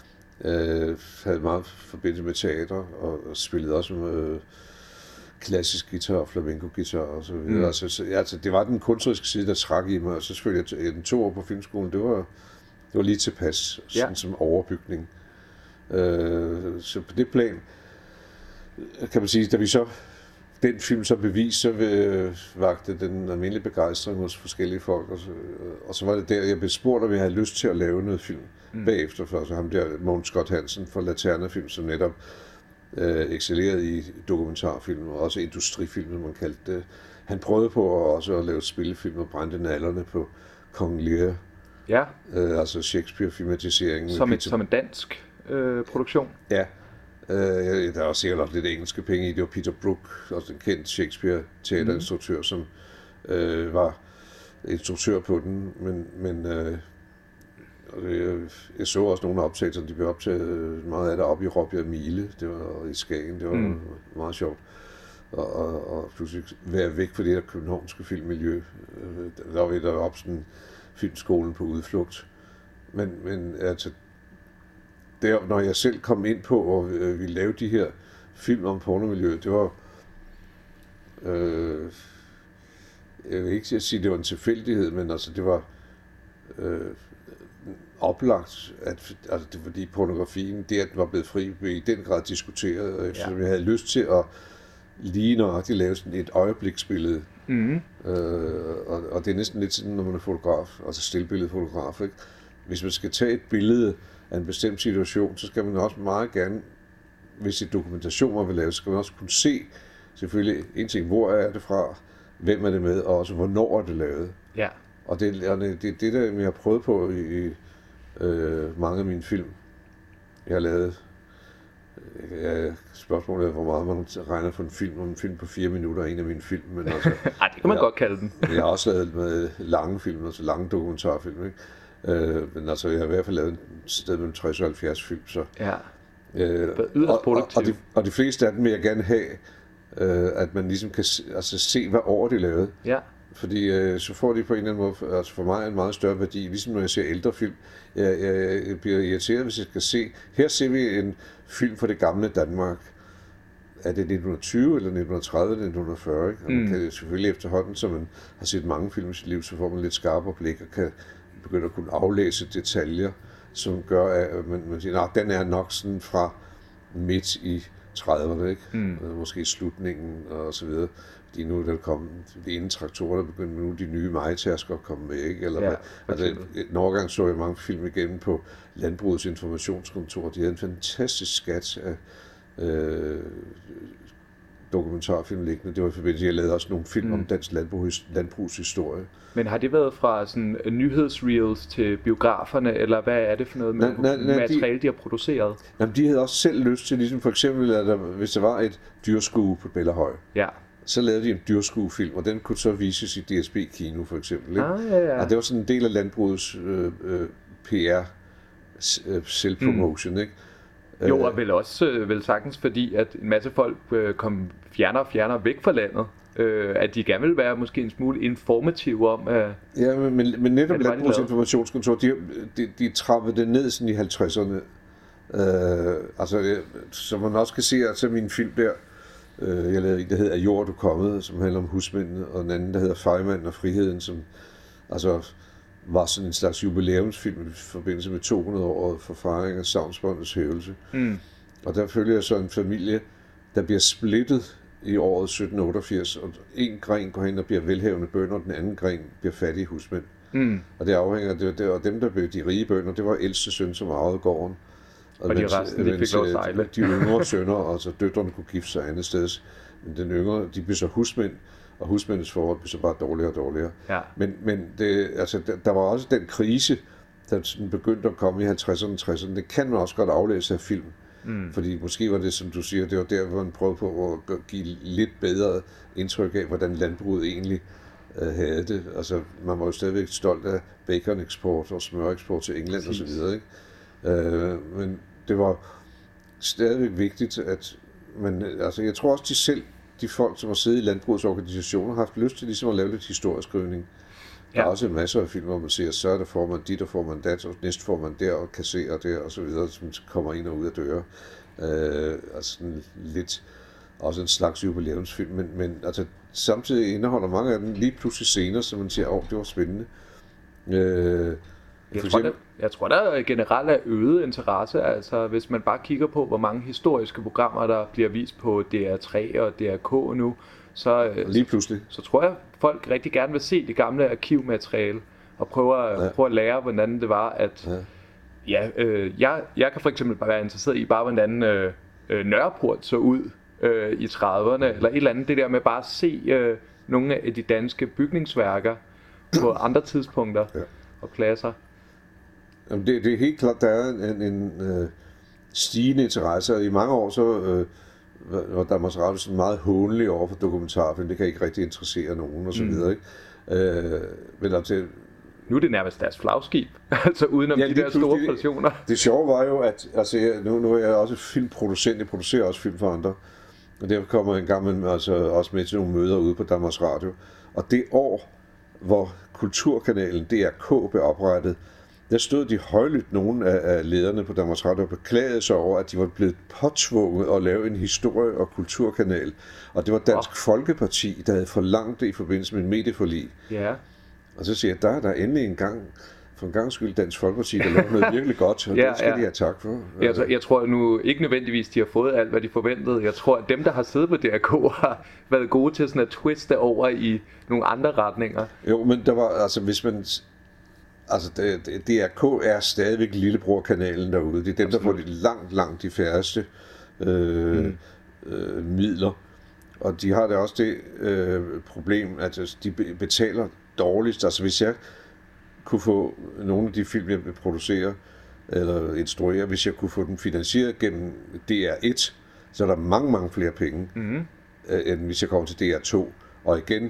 Speaker 4: øh, havde meget forbindelse med teater, og, og spillede også med øh, klassisk guitar, flamenco-guitar og så videre. Mm. Altså, så, altså, det var den kunstneriske side, der trak i mig, og så selvfølgelig jeg den to år på Filmskolen, det var, det var lige tilpas, sådan ja. Som overbygning. Øh, så på det plan, kan man sige, da vi så den film så beviste, så øh, vagte den almindelige begejstring hos forskellige folk, og så, og så var det der, jeg blev spurgt, om jeg havde lyst til at lave noget film mm. bagefter, for så ham der Mogens Scott Hansen fra Laternafilm, som netop øh, excelleret i dokumentarfilm, og også industrifilm, som man kaldte det. Han prøvede på også at lave spillefilm og brændte nallerne på Kong Lear.
Speaker 2: Ja.
Speaker 4: Øh, altså Shakespeare-filmatiseringen.
Speaker 2: Som, et, som en dansk øh, produktion?
Speaker 4: Ja. Øh, der er også sikkert også lidt engelske penge i. Det var Peter Brook, også en kendt Shakespeare-teaterinstruktør, mm. som øh, var instruktør på den. Men, men øh, jeg, jeg så også nogle optagelser, de blev optaget meget af det op i Råbjerg Mile. Det var i Skagen. Det var mm. meget sjovt. Og, og, og pludselig være væk fra det der københavnske filmmiljø. Der var vi der op sådan filmskolen på udflugt. Men, men altså, der, når jeg selv kom ind på, og øh, vi lavede de her film om pornomiljøet, det var, øh, jeg vil ikke sige, at det var en tilfældighed, men altså, det var øh, oplagt, at, altså, det, fordi pornografien, det at den var blevet fri, blev i den grad diskuteret, eftersom ja. jeg havde lyst til at lige nøjagtigt lave sådan et øjebliksbillede. Mm. Øh, og, og det er næsten lidt sådan, når man er fotograf, altså stillbilledfotograf, ikke? Hvis man skal tage et billede af en bestemt situation, så skal man også meget gerne, hvis det er dokumentation, man vil lave, så skal man også kunne se, selvfølgelig en ting, hvor er det fra, hvem er det med, og også hvornår er det lavet. Ja. Og det er det, det, det, der jeg har prøvet på i øh, mange af mine film, jeg har lavet. Ja, spørgsmålet er, hvor meget man regner for en film, om en film på fire minutter er en af mine film. Men altså,
Speaker 2: ej, det kan man
Speaker 4: jeg,
Speaker 2: godt kalde den.
Speaker 4: Jeg har også lavet med lange film, altså lange dokumentarfilm, ikke? Øh, men altså, jeg har i hvert fald lavet et sted mellem tres og halvfjerds film, så... Ja,
Speaker 2: øh, yderst
Speaker 4: og, og, og, de, og de fleste af dem vil jeg gerne have, øh, at man ligesom kan altså, se, hvad år de lavede. Ja. Fordi øh, så får de på en eller anden måde, altså for mig en meget større værdi, ligesom når jeg ser ældre film. Jeg, jeg, jeg bliver irriteret, hvis jeg skal se, her ser vi en film fra det gamle Danmark. Er det nitten tyve eller nitten tredive eller nitten fyrre? Ikke? Og man mm. kan selvfølgelig efterhånden, som man har set mange film i sit liv, så får man lidt skarpere blik og kan begynde at kunne aflæse detaljer, som gør, at man, man siger, nej, den er nok sådan fra midt i trediverne, ikke? Mm. Måske i slutningen og så videre. Fordi nu er der kommet, inden traktorer, der begynder nu de nye majtasker at komme med, ikke? Eller, ja, altså, en overgang så jeg mange film igennem på Landbrugets Informationskontor. De havde en fantastisk skat af øh, dokumentarfilm liggende. Det var i forbindelse, jeg lavede også nogle film mm. om dansk landbrugs, landbrugshistorie.
Speaker 2: Men har det været fra sådan nyhedsreels til biograferne, eller hvad er det for noget med nej, nej, materiale, de, de har produceret?
Speaker 4: Jamen, de havde også selv lyst til, ligesom for eksempel, at der, hvis der var et dyrskue på Bellahøj, ja. Så lavede de en dyrskuefilm, og den kunne så vises i D S B Kino for eksempel. Ikke? Ah, ja, ja. Og det var sådan en del af landbrugets øh, øh, P R, self-promotion, mm. ikke?
Speaker 2: Jo, og vel også øh, vel sagtens, fordi at en masse folk øh, kom fjernere og fjernere væk fra landet. Øh, at de gerne vil være måske en smule informative om... Øh,
Speaker 4: ja, men, men, men netop Landbrugets Informationskontor, de, de, de trappede det ned sådan i halvtredserne. Øh, altså, som man også kan se, altså min film der, øh, jeg lavede en, der hedder Er jord du kommet, som handler om husmændene, og en anden, der hedder Fejmanden og friheden, som altså var sådan en slags jubilæumsfilm i forbindelse med to hundrede år for fejring af Stavnsbåndets hævelse. Mm. Og der følger jeg så en familie, der bliver splittet i året sytten otteogfirs, og en gren går hen og bliver velhavende bønder, og den anden gren bliver fattige husmænd. Mm. Og det afhænger, det, det, og dem, der blev de rige bønder, det var ældste søn, som arvede gården.
Speaker 2: Og, og de resten, de fik lov at sejle.
Speaker 4: De yngre sønner, altså døtrene, kunne gifte sig andet sted. Men den yngre, de blev så husmænd, og husmændenes forhold blev så bare dårligere og dårligere. Ja. Men, men det, altså, der, der var også den krise, der begyndte at komme i halvtredserne og tresserne. Det kan man også godt aflæse af film. Mm. Fordi måske var det, som du siger, det var der, hvor man prøvede på at give lidt bedre indtryk af, hvordan landbruget egentlig øh, havde det. Altså, man var jo stadigvæk stolt af baconeksport og smøreksport til England og så videre, ikke? Øh, men det var stadigvæk vigtigt, at man, altså jeg tror også, de selv, de folk, som har siddet i landbrugets organisationer, har haft lyst til ligesom at lave lidt historieskrivning. Der er ja. også en masse af film, hvor man siger, så er der får man dit, og får man dat, og næst får man der, og kasserer der, og så videre, som kommer ind og ud af døre. Øh, altså lidt, også en slags jubilæumsfilm, men, men altså, samtidig indeholder mange af dem lige pludselig scener, så man siger, åh, oh, det var spændende. Øh,
Speaker 2: jeg, tror, der, jeg tror, der er generelt er øget interesse, altså hvis man bare kigger på, hvor mange historiske programmer, der bliver vist på D R tre og D R K nu, så,
Speaker 4: lige pludselig.
Speaker 2: Så, så tror jeg, folk rigtig gerne vil se det gamle arkivmateriale og prøve at, ja. prøve at lære, hvordan det var, at ja, ja øh, jeg, jeg kan for eksempel bare være interesseret i bare, hvordan øh, øh, Nørreport så ud øh, i trediverne, eller et eller andet. Det der med bare at se øh, nogle af de danske bygningsværker på andre tidspunkter ja. og pladser.
Speaker 4: Jamen det, det er helt klart, der er en, en, en øh, stigende interesse, og i mange år så øh, var Danmarks Radio sådan meget hånlig over for dokumentarfilm. Det kan ikke rigtig interessere nogen og så videre, ikke? Øh, men altså,
Speaker 2: nu er det nærmest deres flagskib, altså udenom ja, de der store produktioner.
Speaker 4: Det, det sjove var jo, at altså, nu, nu er jeg også filmproducent, jeg producerer også film for andre, og derfor kommer jeg en gang med, altså, også med til nogle møder ude på Danmarks Radio. Og det år, hvor Kulturkanalen D R K blev oprettet, der stod de højlydt nogle af, af lederne på Danmarks Radio og beklagede sig over, at de var blevet påtvunget at lave en historie- og kulturkanal. Og det var Dansk oh. Folkeparti, der havde forlangt det i forbindelse med en medieforlig.
Speaker 2: Ja.
Speaker 4: Og så siger jeg, der er der endelig en gang, for en gang skyld Dansk Folkeparti, der laver noget virkelig godt, og ja, det skal ja. de have tak for.
Speaker 2: Jeg, jeg tror nu ikke nødvendigvis, de har fået alt, hvad de forventede. Jeg tror, at dem, der har siddet på D R K, har været gode til sådan at twiste over i nogle andre retninger.
Speaker 4: Jo, men der var, altså hvis man... Altså, D R K er stadigvæk lillebror-kanalen derude. Det er dem, Absolut. der får de langt, langt de færreste øh, mm. øh, midler. Og de har da også det øh, problem, at de betaler dårligst. Altså, hvis jeg kunne få nogle af de film, jeg vil producere eller instruere, hvis jeg kunne få dem finansieret gennem D R et, så er der mange, mange flere penge, mm. øh, end hvis jeg kommer til D R to. Og igen,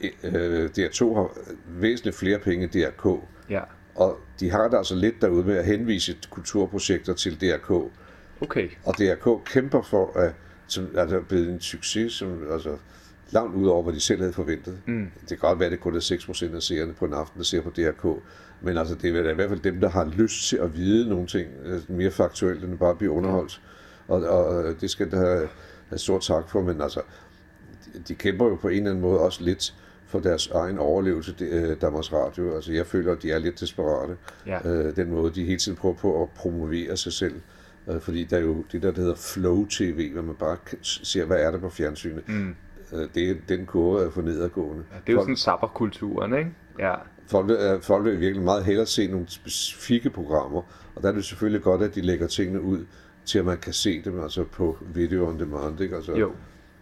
Speaker 4: øh, D R to har væsentligt flere penge end D R K.
Speaker 2: Ja.
Speaker 4: Og de har der altså lidt derude med at henvise kulturprojekter til D R K.
Speaker 2: Okay.
Speaker 4: Og D R K kæmper for, at som er der blevet en succes, som altså langt ud over, hvad de selv havde forventet. Mm. Det kan godt være, at det kun er seks procent af seerne på en aften, der ser på D R K. Men altså, det er i hvert fald dem, der har lyst til at vide nogle ting mere faktuelt, end at bare blive underholdt. Og, og det skal der have, have stor tak for, men altså, de, de kæmper jo på en eller anden måde også lidt for deres egen overlevelse, Danmarks Radio. Altså, jeg føler, at de er lidt desperate. Ja. Øh, den måde, de hele tiden prøver på at promovere sig selv. Øh, fordi der er jo det der, der hedder Flow T V, hvor man bare ser, hvad er der på fjernsynet. Mm. Øh, det er, den kurve er for nedadgående.
Speaker 2: Ja, det er jo folk, sådan sapperkulturen, ikke? Ja.
Speaker 4: Folk, er, folk vil virkelig meget hellere se nogle specifikke programmer, og der er det selvfølgelig godt, at de lægger tingene ud, til at man kan se dem altså på video on demand, ikke? Altså,
Speaker 2: jo.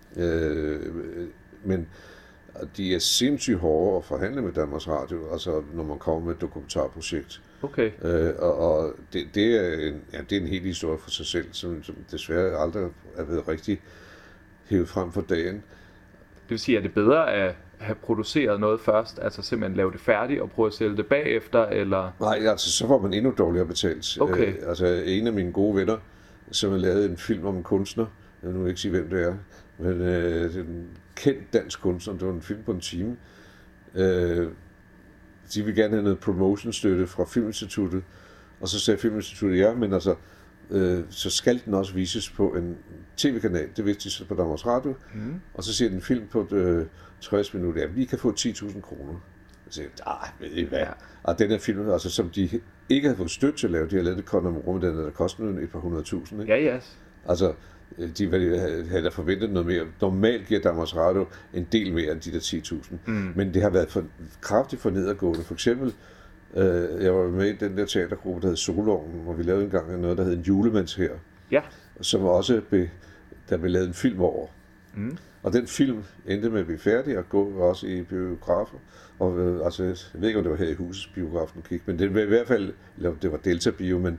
Speaker 4: Øh, men de er sindssygt hårde at forhandle med Danmarks Radio, altså når man kommer med et dokumentarprojekt.
Speaker 2: Okay.
Speaker 4: Øh, og og det, det, er en, ja, det er en hel historie for sig selv, som, som desværre aldrig er blevet rigtig hævet frem for dagen.
Speaker 2: Det vil sige, at det er bedre at have produceret noget først, altså simpelthen lave det færdigt og prøve at sælge det bagefter, eller?
Speaker 4: Nej, altså så får man endnu dårligere betalt.
Speaker 2: Okay.
Speaker 4: Øh, altså en af mine gode venner, som har lavet en film om en kunstner, jeg vil nu ikke sige, hvem det er, men øh, det er en kendt dansk kunstner, det var en film på en time. Øh, de vil gerne have noget promotionstøtte fra Filminstituttet, og så sagde Filminstituttet, ja, men altså, øh, så skal den også vises på en tv-kanal, det vidste de så på Danmarks Radio, mm. og så siger den film på øh, tres minutter, ja, vi kan få ti tusind kroner. Jeg siger, nej, ved I hvad? Og den her film, altså, som de ikke havde fået støtte til at lave, de har lavet det kun om rummet, den der kostede et par hundrede tusind, ikke?
Speaker 2: Ja, yes.
Speaker 4: Altså, de havde da forventet noget mere. Normalt giver Danmarks Radio en del mere end de der ti tusind. Mm. Men det har været for, kraftigt for nedadgående. For eksempel, øh, jeg var med i den der teatergruppe, der hed Solovnen, hvor vi lavede engang noget, der hed En Julemands her.
Speaker 2: Ja.
Speaker 4: Som også blev, der blev lavet en film over. Mm. Og den film endte med at blive færdig og gå også i biografer. Og øh, altså, jeg ved ikke, om det var her i husets biografen gik, men det var i hvert fald, eller det var Delta Bio, men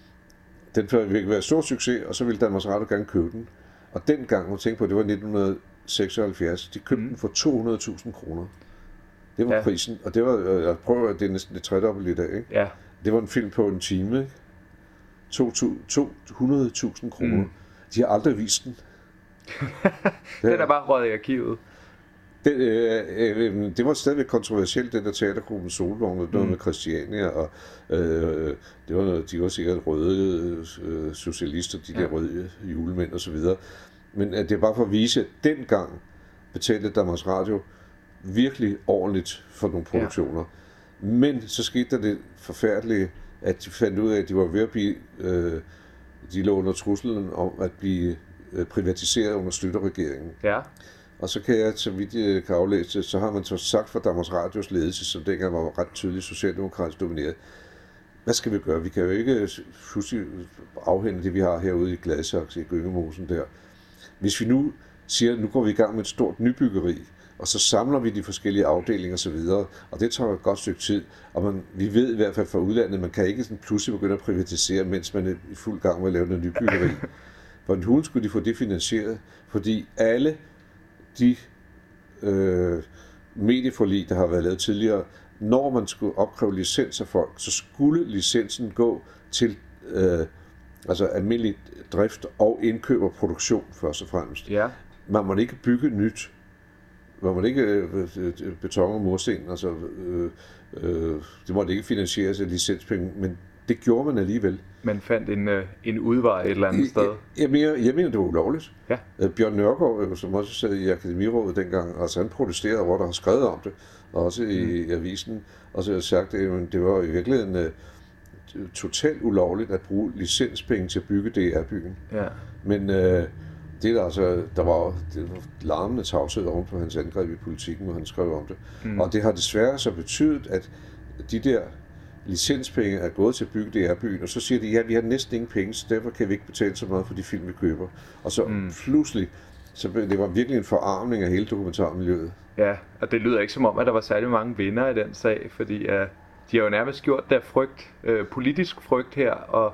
Speaker 4: den ville være stor succes, og så ville Danmarks Radio gerne købe den. Og dengang, man tænkte på, det var nitten seksoghalvfjerds, de købte mm. den for to hundrede tusind kroner. Det var ja. prisen, og det var, jeg prøver, at det er næsten det tredobbelte i dag, ikke?
Speaker 2: Ja.
Speaker 4: Det var en film på en time, ikke? to hundrede tusind kroner. Mm. De har aldrig vist den.
Speaker 2: Den er bare røget i arkivet.
Speaker 4: Det, øh, øh, det var stadigvæk kontroversielt, den der teatergruppen Solvogn, noget mm. med Christiania, og øh, det var noget, de var sikkert røde øh, socialister, de ja. der røde julemænd og så videre. Men øh, det er bare for at vise, at dengang betalte Danmarks Radio virkelig ordentligt for nogle produktioner. Ja. Men så skete der det forfærdelige, at de fandt ud af, at de var ved at blive, øh, de lå under truslen om at blive øh, privatiseret under støtteregeringen.
Speaker 2: Ja. Og
Speaker 4: så kan jeg, så vidt jeg kan aflæse, så har man så sagt fra Danmarks Radios ledelse, som dengang var ret tydeligt socialdemokratisk domineret, hvad skal vi gøre? Vi kan jo ikke pludselig afhænde det, vi har herude i Gladsaxe, i Gyngemosen der. Hvis vi nu siger, at nu går vi i gang med et stort nybyggeri, og så samler vi de forskellige afdelinger og så videre, og det tager et godt stykke tid, og man, vi ved i hvert fald fra udlandet, man kan ikke sådan pludselig begynde at privatisere, mens man er i fuld gang med at lave noget nybyggeri. Hvordan hulen skulle de få det finansieret? Fordi alle de øh, medieforlig, der har været lavet tidligere, når man skulle opkræve licens af folk, så skulle licensen gå til øh, altså almindelig drift og indkøb og produktion først og fremmest.
Speaker 1: Ja.
Speaker 4: Man må ikke bygge nyt. Man må ikke øh, beton og mursten. Altså, øh, øh, det måtte ikke finansieres af licenspenge, men det gjorde man alligevel.
Speaker 1: Man fandt en, øh, en udvej et eller andet sted.
Speaker 4: Jeg, jeg, mener, jeg mener, det var ulovligt.
Speaker 1: Ja.
Speaker 4: Øh, Bjørn Nørgaard, som også sad i Akademirådet dengang, altså han protesterede over, der har skrevet om det, og også i, mm. i avisen, og så har sagt, at det var i virkeligheden uh, totalt ulovligt at bruge licenspenge til at bygge D R-byen.
Speaker 1: Ja.
Speaker 4: Men uh, det der, altså, der var, det var larmende tavshed oven på hans angreb i Politikken, hvor han skrev om det. Mm. Og det har desværre så betydet, at de der licenspenge er gået til at bygge D R-byen, og så siger de, ja, vi har næsten ingen penge, så derfor kan vi ikke betale så meget for de film, vi køber. Og så mm. pludselig, så det var virkelig en forarmning af hele dokumentarmiljøet.
Speaker 1: Ja, og det lyder ikke som om, at der var særlig mange vinder i den sag, fordi uh, de har jo nærmest gjort der frygt, uh, politisk frygt her, og,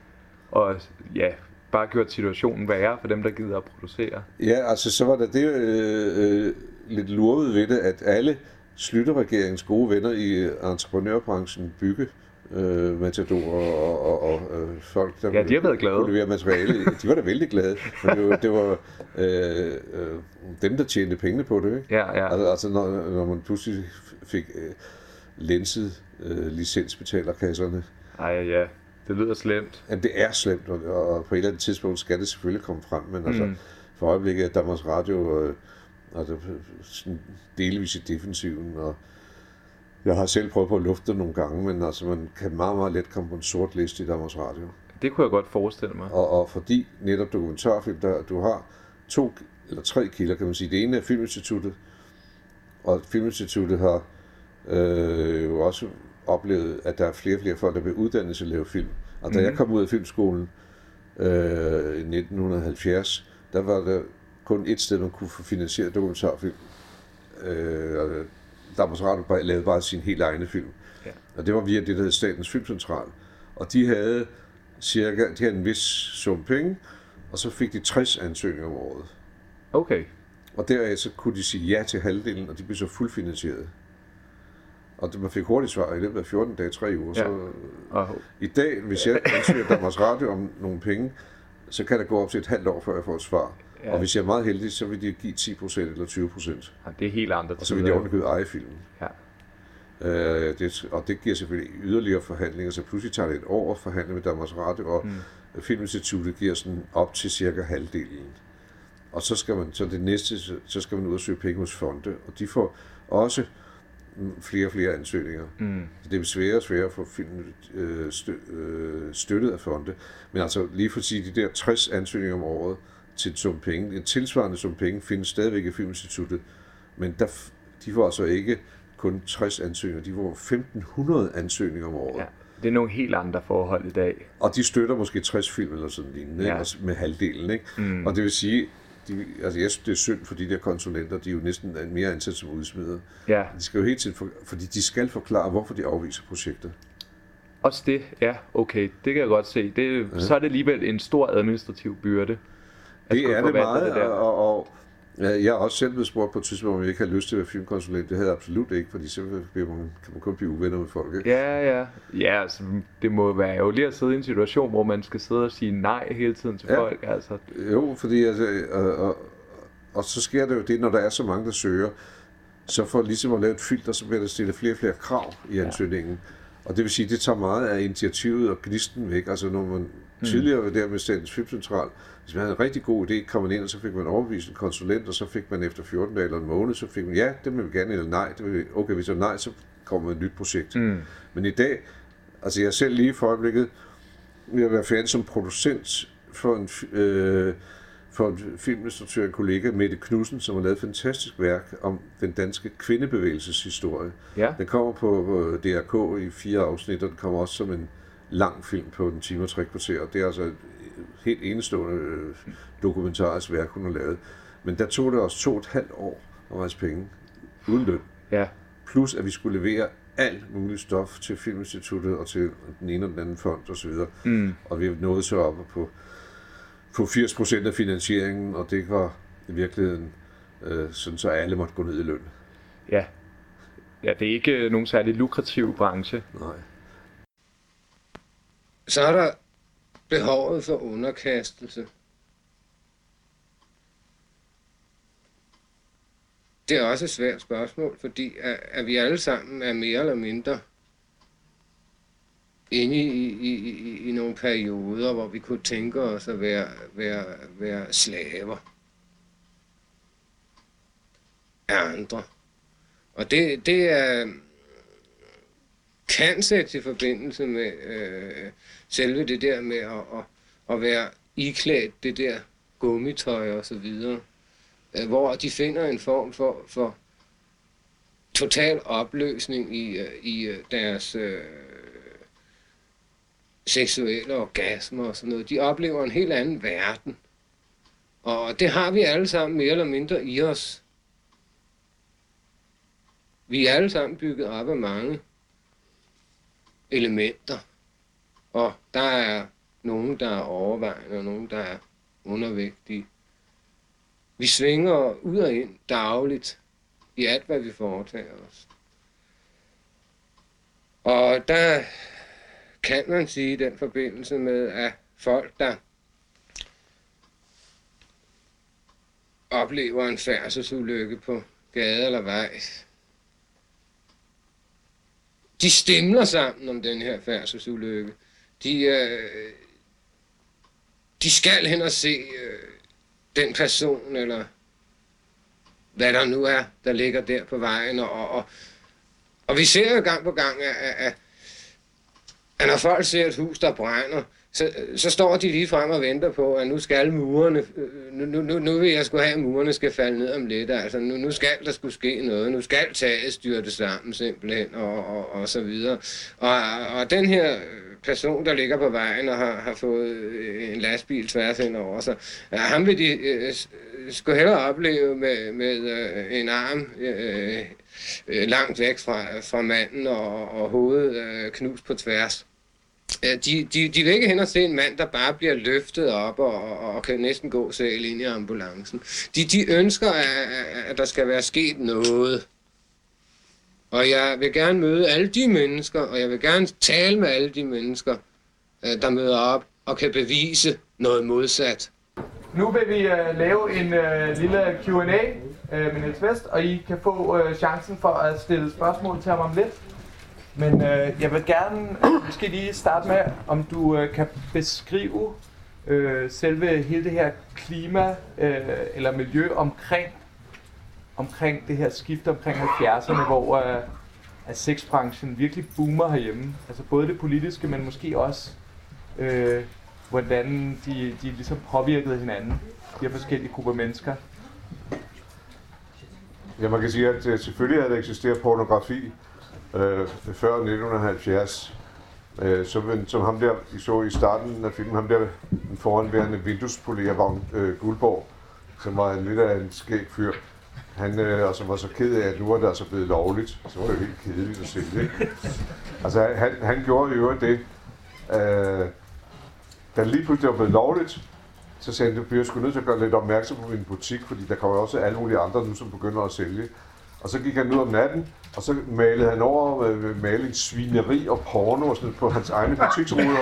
Speaker 1: og ja, bare gjort situationen værre for dem, der gider at producere.
Speaker 4: Ja, altså så var der det øh, øh, lidt lurvet ved det, at alle Schlüter-regeringens gode venner i entreprenørbranchen, bygge, øh, matadorer og, og, og øh, folk, der
Speaker 1: ja, de har været glade.
Speaker 4: kunne levere materiale, de var da vældig glade, men det var, det var øh, øh, dem, der tjente pengene på det, ikke?
Speaker 1: Ja, ja.
Speaker 4: Altså, altså når, når man pludselig fik øh, lænset øh, licensbetalerkasserne.
Speaker 1: Ej, ja, det lyder slemt.
Speaker 4: Ja, det er slemt, og, og på et eller andet tidspunkt skal det selvfølgelig komme frem, men mm. altså, for øjeblikket er Danmarks Radio øh, altså, sådan delvis i defensiven, og jeg har selv prøvet på at lufte det nogle gange, men altså, man kan meget, meget let komme på en sort liste i Danmarks Radio.
Speaker 1: Det kunne jeg godt forestille mig.
Speaker 4: Og, og fordi netop dokumentarfilm, der, du har to eller tre kilder, kan man sige. Det ene er Filminstituttet, og Filminstituttet har øh, jo også oplevet, at der er flere og flere folk, der vil uddanne sig at lave film. Og da mm-hmm. jeg kom ud af filmskolen øh, i nitten halvfjerds, der var der kun et sted, man kunne få finansieret dokumentarfilm. Øh, og Danmarks Radio lavede bare sin helt egne film. Ja. Og det var via det, der hed Statens Filmcentral. Og de havde cirka, de havde en vis sum penge, og så fik de tres ansøgninger om året.
Speaker 1: Okay.
Speaker 4: Og deraf så kunne de sige ja til halvdelen, og de blev så fuldfinansieret. Og man fik hurtigt svar i løbet af fjorten dage, tre uger. Ja. Så uh-huh. I dag, hvis jeg ansøger Danmarks Radio om nogle penge, så kan det gå op til et halvt år, før jeg får et svar. Ja. Og hvis jeg er meget heldig, så vil de give ti procent eller tyve procent.
Speaker 1: Ja, det er helt andre.
Speaker 4: Og så vil de ovenikøbet eje filmen.
Speaker 1: Ja.
Speaker 4: Øh, det, og det giver selvfølgelig yderligere forhandlinger, så pludselig tager det et år at forhandle med Danmarks Radio, og mm. Filminstituttet giver sådan op til cirka halvdelen. Og så skal man, så det næste, så skal man ud og søge penge hos fonde, og de får også flere og flere ansøgninger. Mm. Det er sværere og sværere at få filmen øh, stø, øh, støttet af fonde. Men altså lige for at sige, de der tres ansøgninger om året til en sum penge, en tilsvarende sum penge findes stadigvæk i Filminstituttet, men der, de får altså ikke kun tres ansøgninger, de får femten hundrede ansøgninger om året. Ja,
Speaker 1: det er nogle helt andre forhold i dag.
Speaker 4: Og de støtter måske tres film eller sådan lignende, ja. Med halvdelen, ikke? Mm. Og det vil sige, de, altså jeg synes, det er synd for de der konsulenter, de er jo næsten mere ansat som udsmider. Ja. De skal jo helt tiden, for, fordi de skal forklare, hvorfor de afviser projekter.
Speaker 1: Også det, ja, okay, det kan jeg godt se. Det, ja. Så er det alligevel en stor administrativ byrde.
Speaker 4: Det er det meget, det og, og ja, jeg har også selv blevet spurgt på et tidspunkt, om jeg ikke har lyst til at være filmkonsulent. Det havde jeg absolut ikke, fordi så kan man kun blive uvenner med folk, ikke?
Speaker 1: Ja, ja. Ja, altså, det må være ærgerligt at sidde i en situation, hvor man skal sidde og sige nej hele tiden til ja. folk. Altså.
Speaker 4: Jo, fordi altså, og, og, og så sker det jo det, når der er så mange, der søger, så for ligesom at lave et filter, så bliver der stillet flere og flere krav i ansøgningen. Ja. Og det vil sige, det tager meget af initiativet og gnisten væk. Altså når man mm. tidligere var der med Statens Filmcentral, hvis man havde en rigtig god idé, kom man ind, og så fik man overbevist en konsulent, og så fik man efter fjorten dage eller en måned, så fik man, ja, det vil vi gerne, eller nej, det vil vi, okay, hvis det er nej, så kommer et nyt projekt. Mm. Men i dag, altså jeg er selv lige for øjeblikket ved at være færdig som producent for en, øh, for en filminstruktør, en kollega, Mette Knudsen, som har lavet et fantastisk værk om den danske kvindebevægelseshistorie. Ja. Den kommer på D R K i fire afsnit, og den kommer også som en lang film på en time og tre kvarter, og det er altså et helt enestående øh, dokumentarisk værk, hun har lavet. Men der tog det også to og et halvt år at rejse penge, uden løn.
Speaker 1: Ja.
Speaker 4: Plus at vi skulle levere alt muligt stof til Filminstituttet og til den ene og den anden fond osv.
Speaker 1: Mm.
Speaker 4: Og vi nåede så op på, på firs procent af finansieringen, og det var i virkeligheden øh, sådan, så alle måtte gå ned i løn.
Speaker 1: Ja. Ja, det er ikke nogen særlig lukrativ branche.
Speaker 4: Nej.
Speaker 10: Så er der behovet for underkastelse. Det er også et svært spørgsmål, fordi at, at vi alle sammen er mere eller mindre inde i, i, i, i nogle perioder, hvor vi kunne tænke os at være, være, være slaver af andre. Og det, det er, kan sætte i forbindelse med øh, selve det der med at, at, at være iklædt det der gummitøj og så videre, øh, hvor de finder en form for, for total opløsning i, i deres øh, seksuelle orgasmer og sådan noget. De oplever en helt anden verden. Og det har vi alle sammen mere eller mindre i os. Vi er alle sammen bygget op af mange elementer, og der er nogen, der er overvejende, og nogen, der er undervægtige. Vi svinger ud og ind dagligt i alt, hvad vi foretager os. Og der kan man sige i den forbindelse med, at folk, der oplever en færdselsulykke på gade eller vej, de stemler sammen om den her færdselsulykke. De, øh, de skal hen og se øh, den person, eller hvad der nu er, der ligger der på vejen. Og, og, og vi ser jo gang på gang, at, at, at når folk ser et hus, der brænder, så, så står de lige frem og venter på, at nu skal murene, nu, nu, nu vil jeg sgu have, at murene skal falde ned om lidt. Altså, nu, nu skal der skulle ske noget. Nu skal taget styrte sammen simpelthen, og, og, og så videre. Og, og den her person, der ligger på vejen og har, har fået en lastbil tværs hen over sig, ham vil de øh, skulle hellere opleve med, med øh, en arm øh, øh, langt væk fra, fra manden og, og hovedet øh, knust på tværs. De, de, de vil ikke hen og se en mand, der bare bliver løftet op og, og, og kan næsten gå selv ind i ambulancen. De, de ønsker, at, at der skal være sket noget. Og jeg vil gerne møde alle de mennesker, og jeg vil gerne tale med alle de mennesker, der møder op og kan bevise noget modsat.
Speaker 2: Nu vil vi uh, lave en uh, lille Q and A uh, med Niels West, og I kan få uh, chancen for at stille spørgsmål til ham om lidt. Men øh, jeg vil gerne øh, måske lige starte med, om du øh, kan beskrive øh, selve hele det her klima øh, eller miljø omkring, omkring det her skift omkring halvfjerdserne, hvor øh, at sexbranchen virkelig boomer herhjemme. Altså både det politiske, men måske også øh, hvordan de, de ligesom påvirkede hinanden, de her forskellige grupper mennesker.
Speaker 4: Ja, man kan sige, at uh, selvfølgelig havde der eksisteret pornografi øh, før nitten halvfjerds. Øh, som, som ham der, vi så i starten af filmen, ham der den foranværende vinduespolerer Vagn øh, Guldborg, som var en lidt af en skæg fyr. Han øh, og som var så ked af, at nu er det altså blevet lovligt. Så var det jo helt kedeligt at se det. Altså han, han gjorde jo det, øh, da lige pludselig var blevet lovligt, så sagde han, at jeg skulle nødt til at gøre lidt opmærksom på min butik, fordi der kommer også alle mulige andre nu, som begynder at sælge. Og så gik han ud om natten, og så malede han over med maling svineri og porno og sådan på hans egne butiksruder.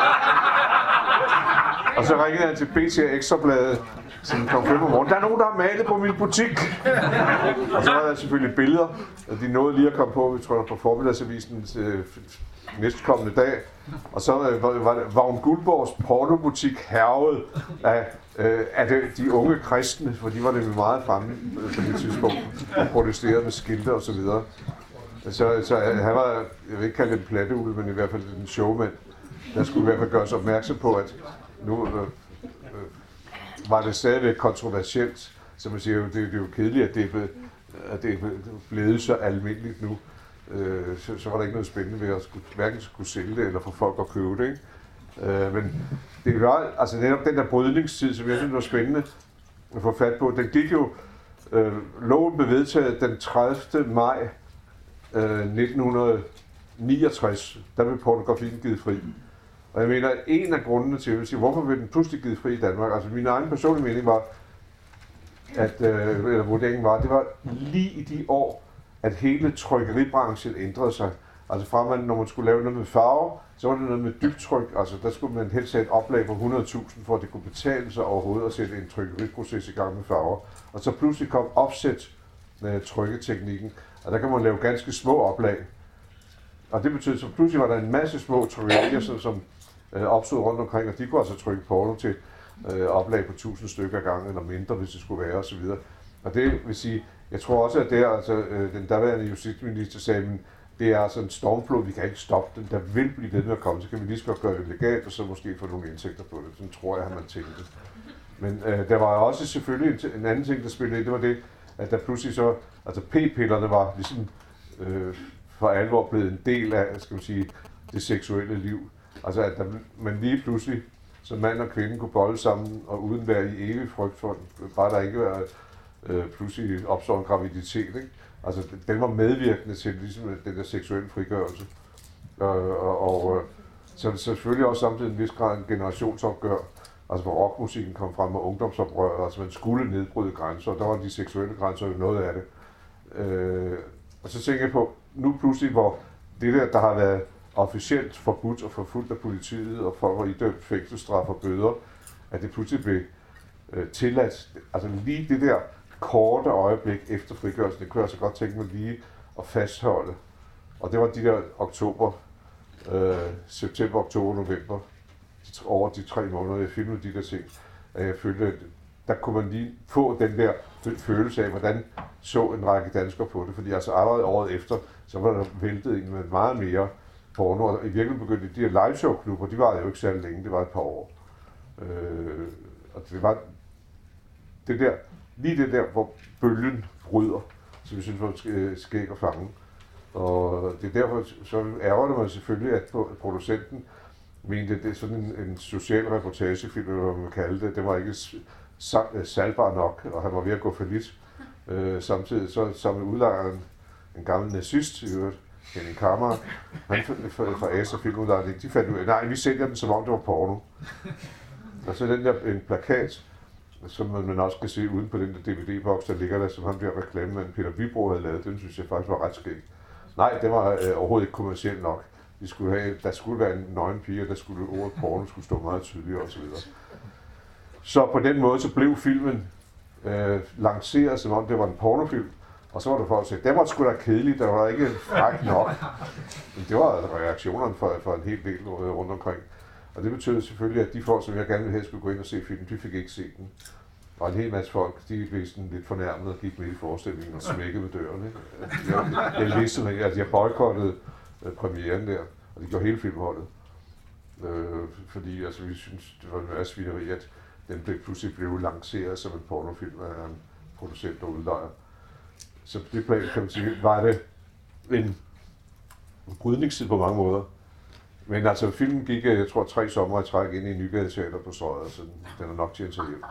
Speaker 4: Og så ringede han til B T Ekstrabladet, som kom fem om morgenen. Der er nogen, der har malet på min butik! Og så var der selvfølgelig billeder, og de nåede lige at komme på, vi tror, på Formiddagsavisen øh, næstkommende dag. Og så øh, var det Vagn Guldborgs pornobutik hærget af, øh, af de, de unge kristne, for de var nemlig meget fremme øh, på det tidspunkt, og protesterede med skilte og så videre. Så, så øh, han var, jeg vil ikke kalde det en platteugle, men i hvert fald en showman. Der skulle i hvert fald gøres opmærksom på, at nu øh, øh, var det stadigvæk kontroversielt. Så man siger jo, det, det er jo kedeligt, at det er blevet, at det er blevet så almindeligt nu. øh, så, så var der ikke noget spændende ved at skulle, hverken skulle sælge det eller få folk at købe det. Ikke? Øh, men det var altså netop den der brydningstid, som jeg synes var spændende at få fat på. Den gik jo, øh, loven blev vedtaget den tredivte maj øh, nitten niogtres, der blev pornografien givet fri. Og jeg mener, at en af grundene til, at jeg siger, hvorfor blev den pludselig givet fri i Danmark? Altså min egen personlige mening var, at, øh, eller vurderingen var, det var lige i de år, at hele trykkeribranchen ændrede sig. Altså fra man, når man skulle lave noget med farve, så var det noget med dybtryk. Altså der skulle man helst have et oplag på hundrede tusind, for at det kunne betale sig overhovedet at sætte en trykkeriproces i gang med farver. Og så pludselig kom offset med trykketeknikken, og der kan man lave ganske små oplag. Og det betød, så pludselig var der en masse små trykkerier, som, som øh, opstod rundt omkring, og de kunne altså trykke porno til øh, oplag på tusind stykker ad gangen, eller mindre, hvis det skulle være, osv. Og det vil sige, jeg tror også, at der, altså, øh, den daværende justitsminister sagde, men det er altså en stormflod, vi kan ikke stoppe den, der vil blive ved med at komme, så kan vi lige så godt gøre det legalt, og så måske få nogle indtægter på det. Sådan tror jeg, at man tænkte. Men øh, der var også selvfølgelig en, en anden ting, der spillede ind, det var det, at der pludselig så, altså p-pillerne var ligesom øh, for alvor blevet en del af, skal man sige, det seksuelle liv. Altså at der, man lige pludselig, som mand og kvinde, kunne bolde sammen, og uden være i evig frygt for, bare der ikke var øh, pludselig opstår en graviditet, ikke? Altså den var medvirkende til ligesom den der seksuelle frigørelse. Og, og, og så, så selvfølgelig også samtidig en vis grad en generationsopgør, altså hvor rockmusikken kom frem med ungdomsoprør, altså man skulle nedbryde grænser, og der var de seksuelle grænser jo noget af det. Øh, og så tænker jeg på, nu pludselig, hvor det der, der har været officielt forbudt og forfulgt af politiet, og folk var idømt fængselsstraf og bøder, at det pludselig blev øh, tilladt. Altså lige det der korte øjeblik efter frigørelsen, det kunne jeg så godt tænke mig lige at fastholde. Og det var de der oktober, øh, september, oktober, november, over de tre måneder, jeg filmede de der ting, at jeg følte, at der kunne man lige få den der følelse af, hvordan så en række danskere på det. Fordi altså allerede året efter, så var der væltet ind med meget mere porno. Og i virkeligheden begyndte de her liveshow-klubber, de var jo ikke særlig længe, det var et par år. Øh, og det var det der, lige det der, hvor bølgen bryder, så vi synes var skæg at fange. Og det er derfor, så ærger det mig selvfølgelig, at producenten mente, at det er sådan en, en social reportagefilm, eller hvad man kalde det. Det var ikke salgbar nok, og han var ved at gå for lidt. Øh, samtidig så sammen med udlejeren, en gammel nazist, i øvrigt, Henning Kammer, han fra Asa filmudlejning, de fandt ud af, nej, vi sælger den, som om det var porno. Og så den der en plakat, som man også kan se uden på den der D V D-boks, der ligger der, som ham der reklamemand Peter Vibro havde lavet, den synes jeg faktisk var ret skæg. Nej, det var øh, overhovedet ikke kommercielt nok. De skulle have, der skulle være en nøgen pige, der skulle ordet porno skulle stå meget tydeligt osv. Så på den måde så blev filmen øh, lanceret, som om det var en pornofilm. Og så var der folk, der sagde, det var sgu da kedeligt, der var ikke fræk nok. Men det var altså reaktionerne for, for en hel del rundt omkring. Og det betød selvfølgelig, at de folk, som jeg gerne ville have, skulle gå ind og se filmen, de fik ikke set den. Og en hel masse folk, de blev sådan lidt fornærmet og gik med i forestillingen og smækkede med dørene. Jeg, jeg vidste, at jeg boykottede øh, premieren der, og det gjorde hele filmholdet. Øh, fordi altså, vi synes, det var en masse svineri, at den blev pludselig blev lanceret som en pornofilm af en producent og udlejer. Så på det plan, kan man sige, var det en brydningstid på mange måder. Men altså, filmen gik, jeg tror, tre sommer i træk ind i Nygade Teater på Strøget, så den er nok tjent sig hjem.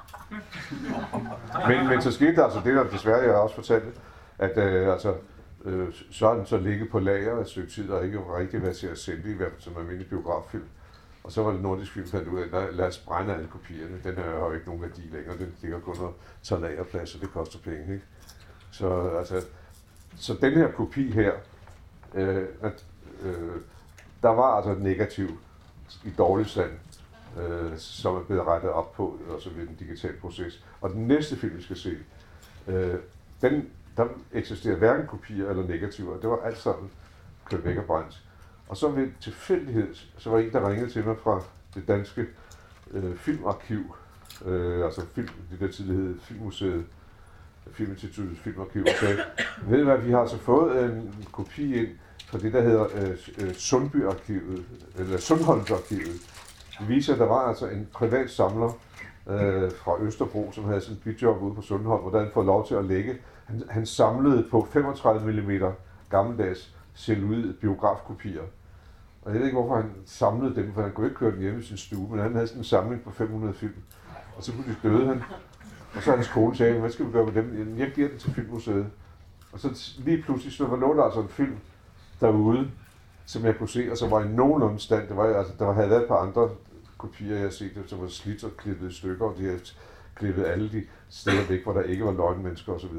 Speaker 4: Men, men så skete der altså det, der desværre jeg også fortalte, at øh, altså, øh, så er den så ligget på lager et stykke tid, og ikke rigtig været til at sælge, i hvert fald som almindelig biograffilm. Og så var det Nordisk Film fandt ud af, lad os brænde alle kopierne. Den har jo ikke nogen værdi længere, den ligger kun og tager lagerplads, og det koster penge, ikke? Så, altså, så den her kopi her, øh, at, øh, der var altså et negativ i dårlig stand, øh, som er blevet rettet op på, altså ved den digitale proces. Og den næste film, vi skal se, øh, den, der eksisterer hverken kopier eller negativer. Det var alt sammen kørt væk og brændt. Og så ved tilfældighed, så var en, der ringede til mig fra det danske øh, filmarkiv, øh, altså film, det der tidligere hed Filmmuseet, Filminstituttets Filmarkiv, og sagde, ved du hvad, vi har altså fået en kopi ind fra det, der hedder øh, Sundby-arkivet, eller Sundholmsarkivet. Det viser, at der var altså en privat samler øh, fra Østerbro, som havde sådan et bidjob ude på Sundholm, hvor han fået lov til at lægge. Han, han samlede på femogtredive millimeter gammeldags celluloid biografkopier. Og jeg ved ikke, hvorfor han samlede dem, for han kunne ikke køre den hjemme i sin stue, men han havde sådan en samling på fem hundrede film. Og så pludselig døde han. Og så hans kone sagde, hvad skal vi gøre med dem? Jeg giver den til Filmmuseet. Og så lige pludselig så lå der altså en film derude, som jeg kunne se, og som var i nogenlunde stand. Det var, altså, der havde været et par andre kopier, jeg havde set, som var slidt og klippet i stykker, og de havde klippet alle de steder væk, hvor der ikke var løgnmennesker osv.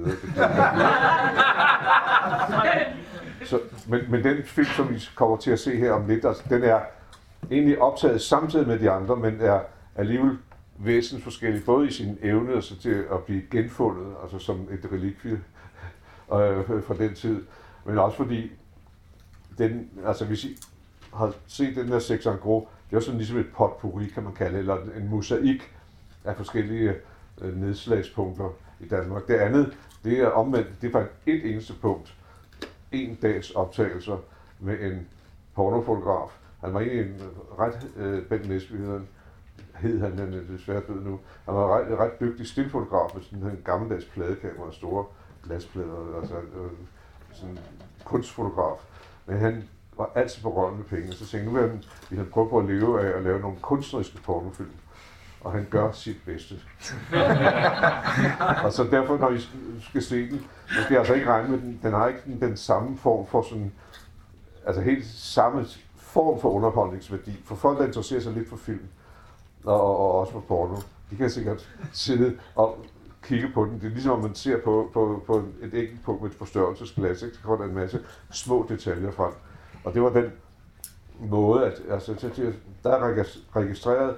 Speaker 4: Så, men, men den film, som vi kommer til at se her om lidt, altså, den er egentlig optaget samtidig med de andre, men er alligevel væsentligt forskellig, både i sin evne altså, til at blive genfundet, altså som et relikvie øh, fra den tid, men også fordi, den, altså hvis I har set den der Sex en gros, det er sådan ligesom et potpourri, kan man kalde det, eller en mosaik af forskellige øh, nedslagspunkter i Danmark. Det andet, det er omvendt, det er faktisk et eneste punkt, en dags optagelser med en pornofotograf. Han var egentlig en ret, øh, Bent Næsby hed han, hed han, han er desværre død nu. Han var en ret, ret dygtig stillfotograf med sådan en gammeldags pladekamera og store glasplader, altså øh, sådan en kunstfotograf. Men han var altid på røven med penge, så tænkte nu vil han, vi han prøve på at leve af at lave nogle kunstneriske pornofilm. Og han gør sit bedste. Og så derfor, når I skal se den, så skal jeg altså ikke regne med den. Den har ikke den, den samme form for sådan, altså helt samme form for underholdningsværdi. For folk, der interesserer sig lidt for film, og, og, og også for porno, de kan sikkert sidde og kigge på den. Det er ligesom, at man ser på, på, på et enkelt punkt med et forstørrelsesglas, så kommer der en masse små detaljer frem. Og det var den måde, at altså, der er registreret,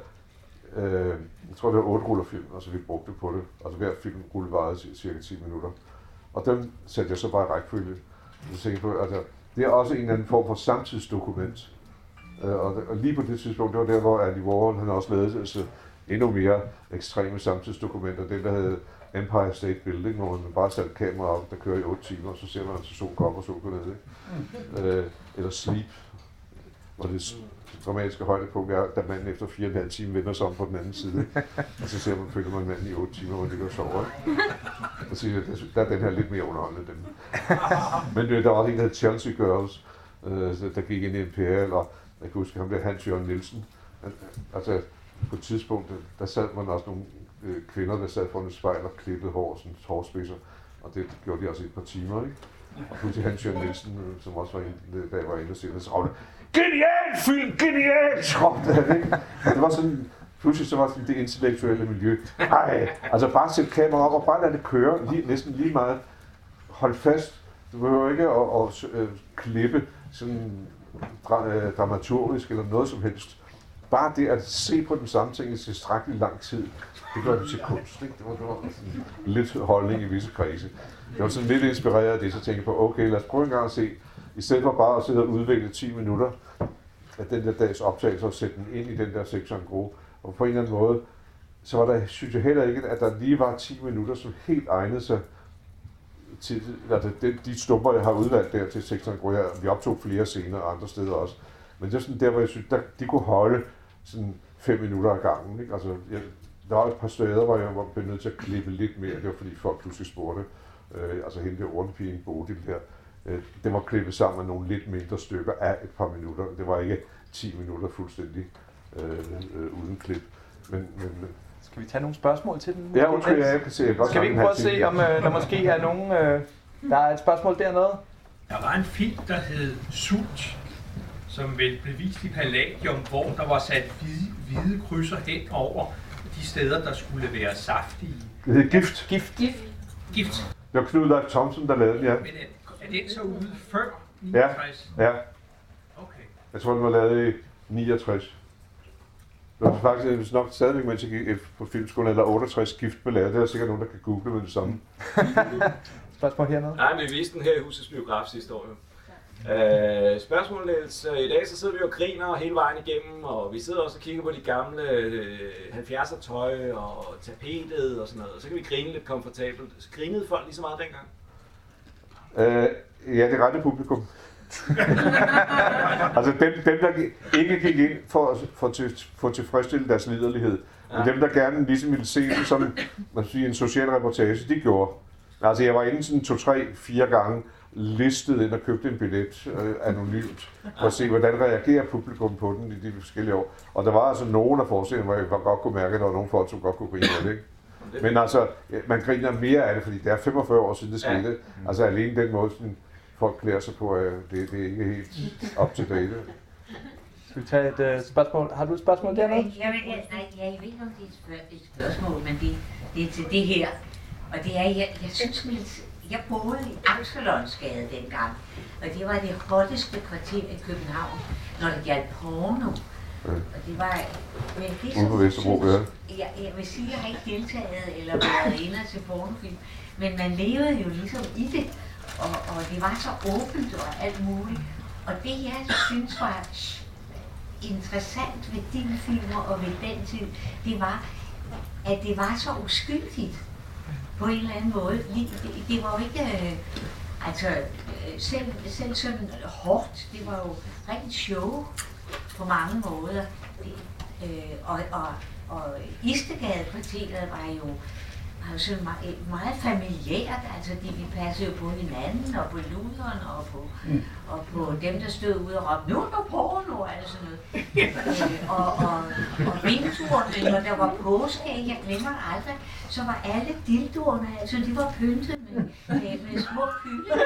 Speaker 4: øh, jeg tror det var otte ruller film, altså vi brugte på det. Altså hver filmrulle varede cirka ti minutter. Og dem satte jeg så bare i rækkefølge. På, altså, det er også en eller anden form for samtidsdokument. Øh, og, og lige på det tidspunkt, det var der, hvor Andy Warhol, han også lavede altså, endnu mere ekstreme samtidsdokumenter. Den, der hed Empire State Building, hvor man bare satte kamera op, der kører i otte timer, og så ser man, at solen går op og solen går ned. Ikke? Øh, eller Sleep, hvor det dramatiske højdepunkt er, da manden efter fire og en halv time vender sig om på den anden side. Og så ser man, følger man manden i otte timer, hvor det går sover. Og så der er den her lidt mere underholdende. Den. Men der var også en, der hed Chelsea Girls, øh, der gik ind i Imperial, og jeg kan huske ham der, Hans Jørgen Nielsen. Altså, på et tidspunkt, der sad man også nogle øh, kvinder, der sad foran et spejl og klippede hår, sådan hårspidser. Og det gjorde de også i et par timer, ikke? Og pludselig Hans Jørgen Nielsen, som også var inde, da jeg var inde og se det, så råbte genial film, genial! Råbte han, ikke? Og det var sådan, pludselig så var det det intellektuelle miljø. Ej, altså bare sætte kamera op og bare lade det køre, lige, næsten lige meget. Hold fast, du behøver ikke at, at, at klippe sådan dra, dramaturgisk eller noget som helst. Bare det at se på den samme ting i tilstrækkelig lang tid, det gør det til kunst, ikke? Det var, det var sådan lidt holdning i visse kredse. Jeg var sådan lidt inspireret af det, så tænkte jeg på, okay, lad os prøve en gang at se, i stedet for bare at sidde og udvikle ti minutter af den der dags optagelse og sætte den ind i den der Sex en gros. Og på en eller anden måde, så var der, synes jeg heller ikke, at der lige var ti minutter, som helt egnede sig til, altså de, de stumper, jeg har udvalgt der til Sex en gros. Vi optog flere scener og andre steder også. Men det er sådan der, hvor jeg synes, der, de kunne holde sådan fem minutter ad gangen, ikke? Altså, jeg, der var et par steder, hvor jeg var nødt til at klippe lidt mere. Det var fordi folk pludselig spurgte. Øh, altså hende der ordenpigen Bodil der. Øh, det var klippet sammen med nogle lidt mindre stykker af et par minutter. Det var ikke ti minutter fuldstændig øh, øh, uden klip. Men, men,
Speaker 2: skal vi tage nogle spørgsmål til den?
Speaker 4: Ja, undskyld, jeg kan se. Jeg godt
Speaker 2: skal vi ikke prøve at se, om øh, der måske er nogen... Øh, der er et spørgsmål dernede?
Speaker 11: Der var en film, der hed Sult, som vel blev vist i Palladium, hvor der var sat hvide, hvide krydser hen over de steder, der skulle være saftige.
Speaker 4: Det hedder Gift.
Speaker 2: Gift.
Speaker 11: Gift. Gift.
Speaker 4: Det var Knud Leif Thomsen, der lavede den, ja.
Speaker 11: Men er, er den så ude før niogtres?
Speaker 4: Ja, ja.
Speaker 11: Okay.
Speaker 4: Jeg tror, den var lavet i niogtres. Det var faktisk nok stadigvæk, mens jeg gik på filmskolen, eller otteogtres Gift blev lavet. Det er sikkert nogen, der kan google med det samme.
Speaker 2: Spørgsmål hernede?
Speaker 12: Nej, men vi viste den her i Husets Biograf sidste år. Uh, spørgsmålet er, i dag så sidder vi og griner hele vejen igennem, og vi sidder også og kigger på de gamle uh, halvfjerdser tøj og tapetet og sådan noget, og så kan vi grine lidt komfortabelt. Grinede folk lige så meget dengang?
Speaker 4: Uh, ja, det rette publikum. Altså dem, dem, der ikke gik ind for at for til, for tilfredsstille deres liderlighed, ja. Men dem, der gerne ligesom ville se det som man siger, en social reportage, de gjorde. Altså jeg var inde sådan to, tre, fire gange, listede ind og købte en billet øh, anonymt, for at se, hvordan reagerer publikum på den i de forskellige år. Og der var altså nogen af forestillingerne, hvor jeg godt kunne mærke, at der var nogle folk, som godt kunne grine af det, ikke? Men altså, man griner mere af det, fordi det er femogfyrre år siden, det skete. Ja. Altså alene den måde, sådan, folk klæder sig på, at det, det er ikke helt up to date.
Speaker 2: Skal vi tage et uh, spørgsmål? Har du et spørgsmål dernede?
Speaker 13: Jeg, jeg, jeg, nej, jeg ved ikke, om det er et, spørg- et spørgsmål, men det, det er til det her. Og det er, jeg, jeg synes, jeg boede i Absalonsgade dengang, og det var det hotteste kvarter i København, når det gjaldt porno.
Speaker 4: Ja.
Speaker 13: Og det var... Men det,
Speaker 4: Ude på Vesterbro, ja.
Speaker 13: Jeg, jeg vil sige, at jeg har ikke deltaget eller været inde til pornofilm, men man levede jo ligesom i det, og, og det var så åbent og alt muligt. Og det, jeg synes var interessant ved dine filmer og ved den tid, det var, at det var så uskyldigt på en eller anden måde. Det, det var jo ikke... Øh, altså, selv, selv sådan hårdt, det var jo rent show på mange måder. Det, øh, og, og, og Istedgadekvarteret var jo, var jo sådan meget, meget familiært, altså de, vi passede jo på hinanden og på luderen og på, mm. og på dem, der stod ude og råbte, nu er der porno og alt sådan noget. øh, og, og, og vinduerne, når der var påske, jeg glemmer det aldrig, så var alle dildoerne, altså de var pyntet med, med, med små hylder.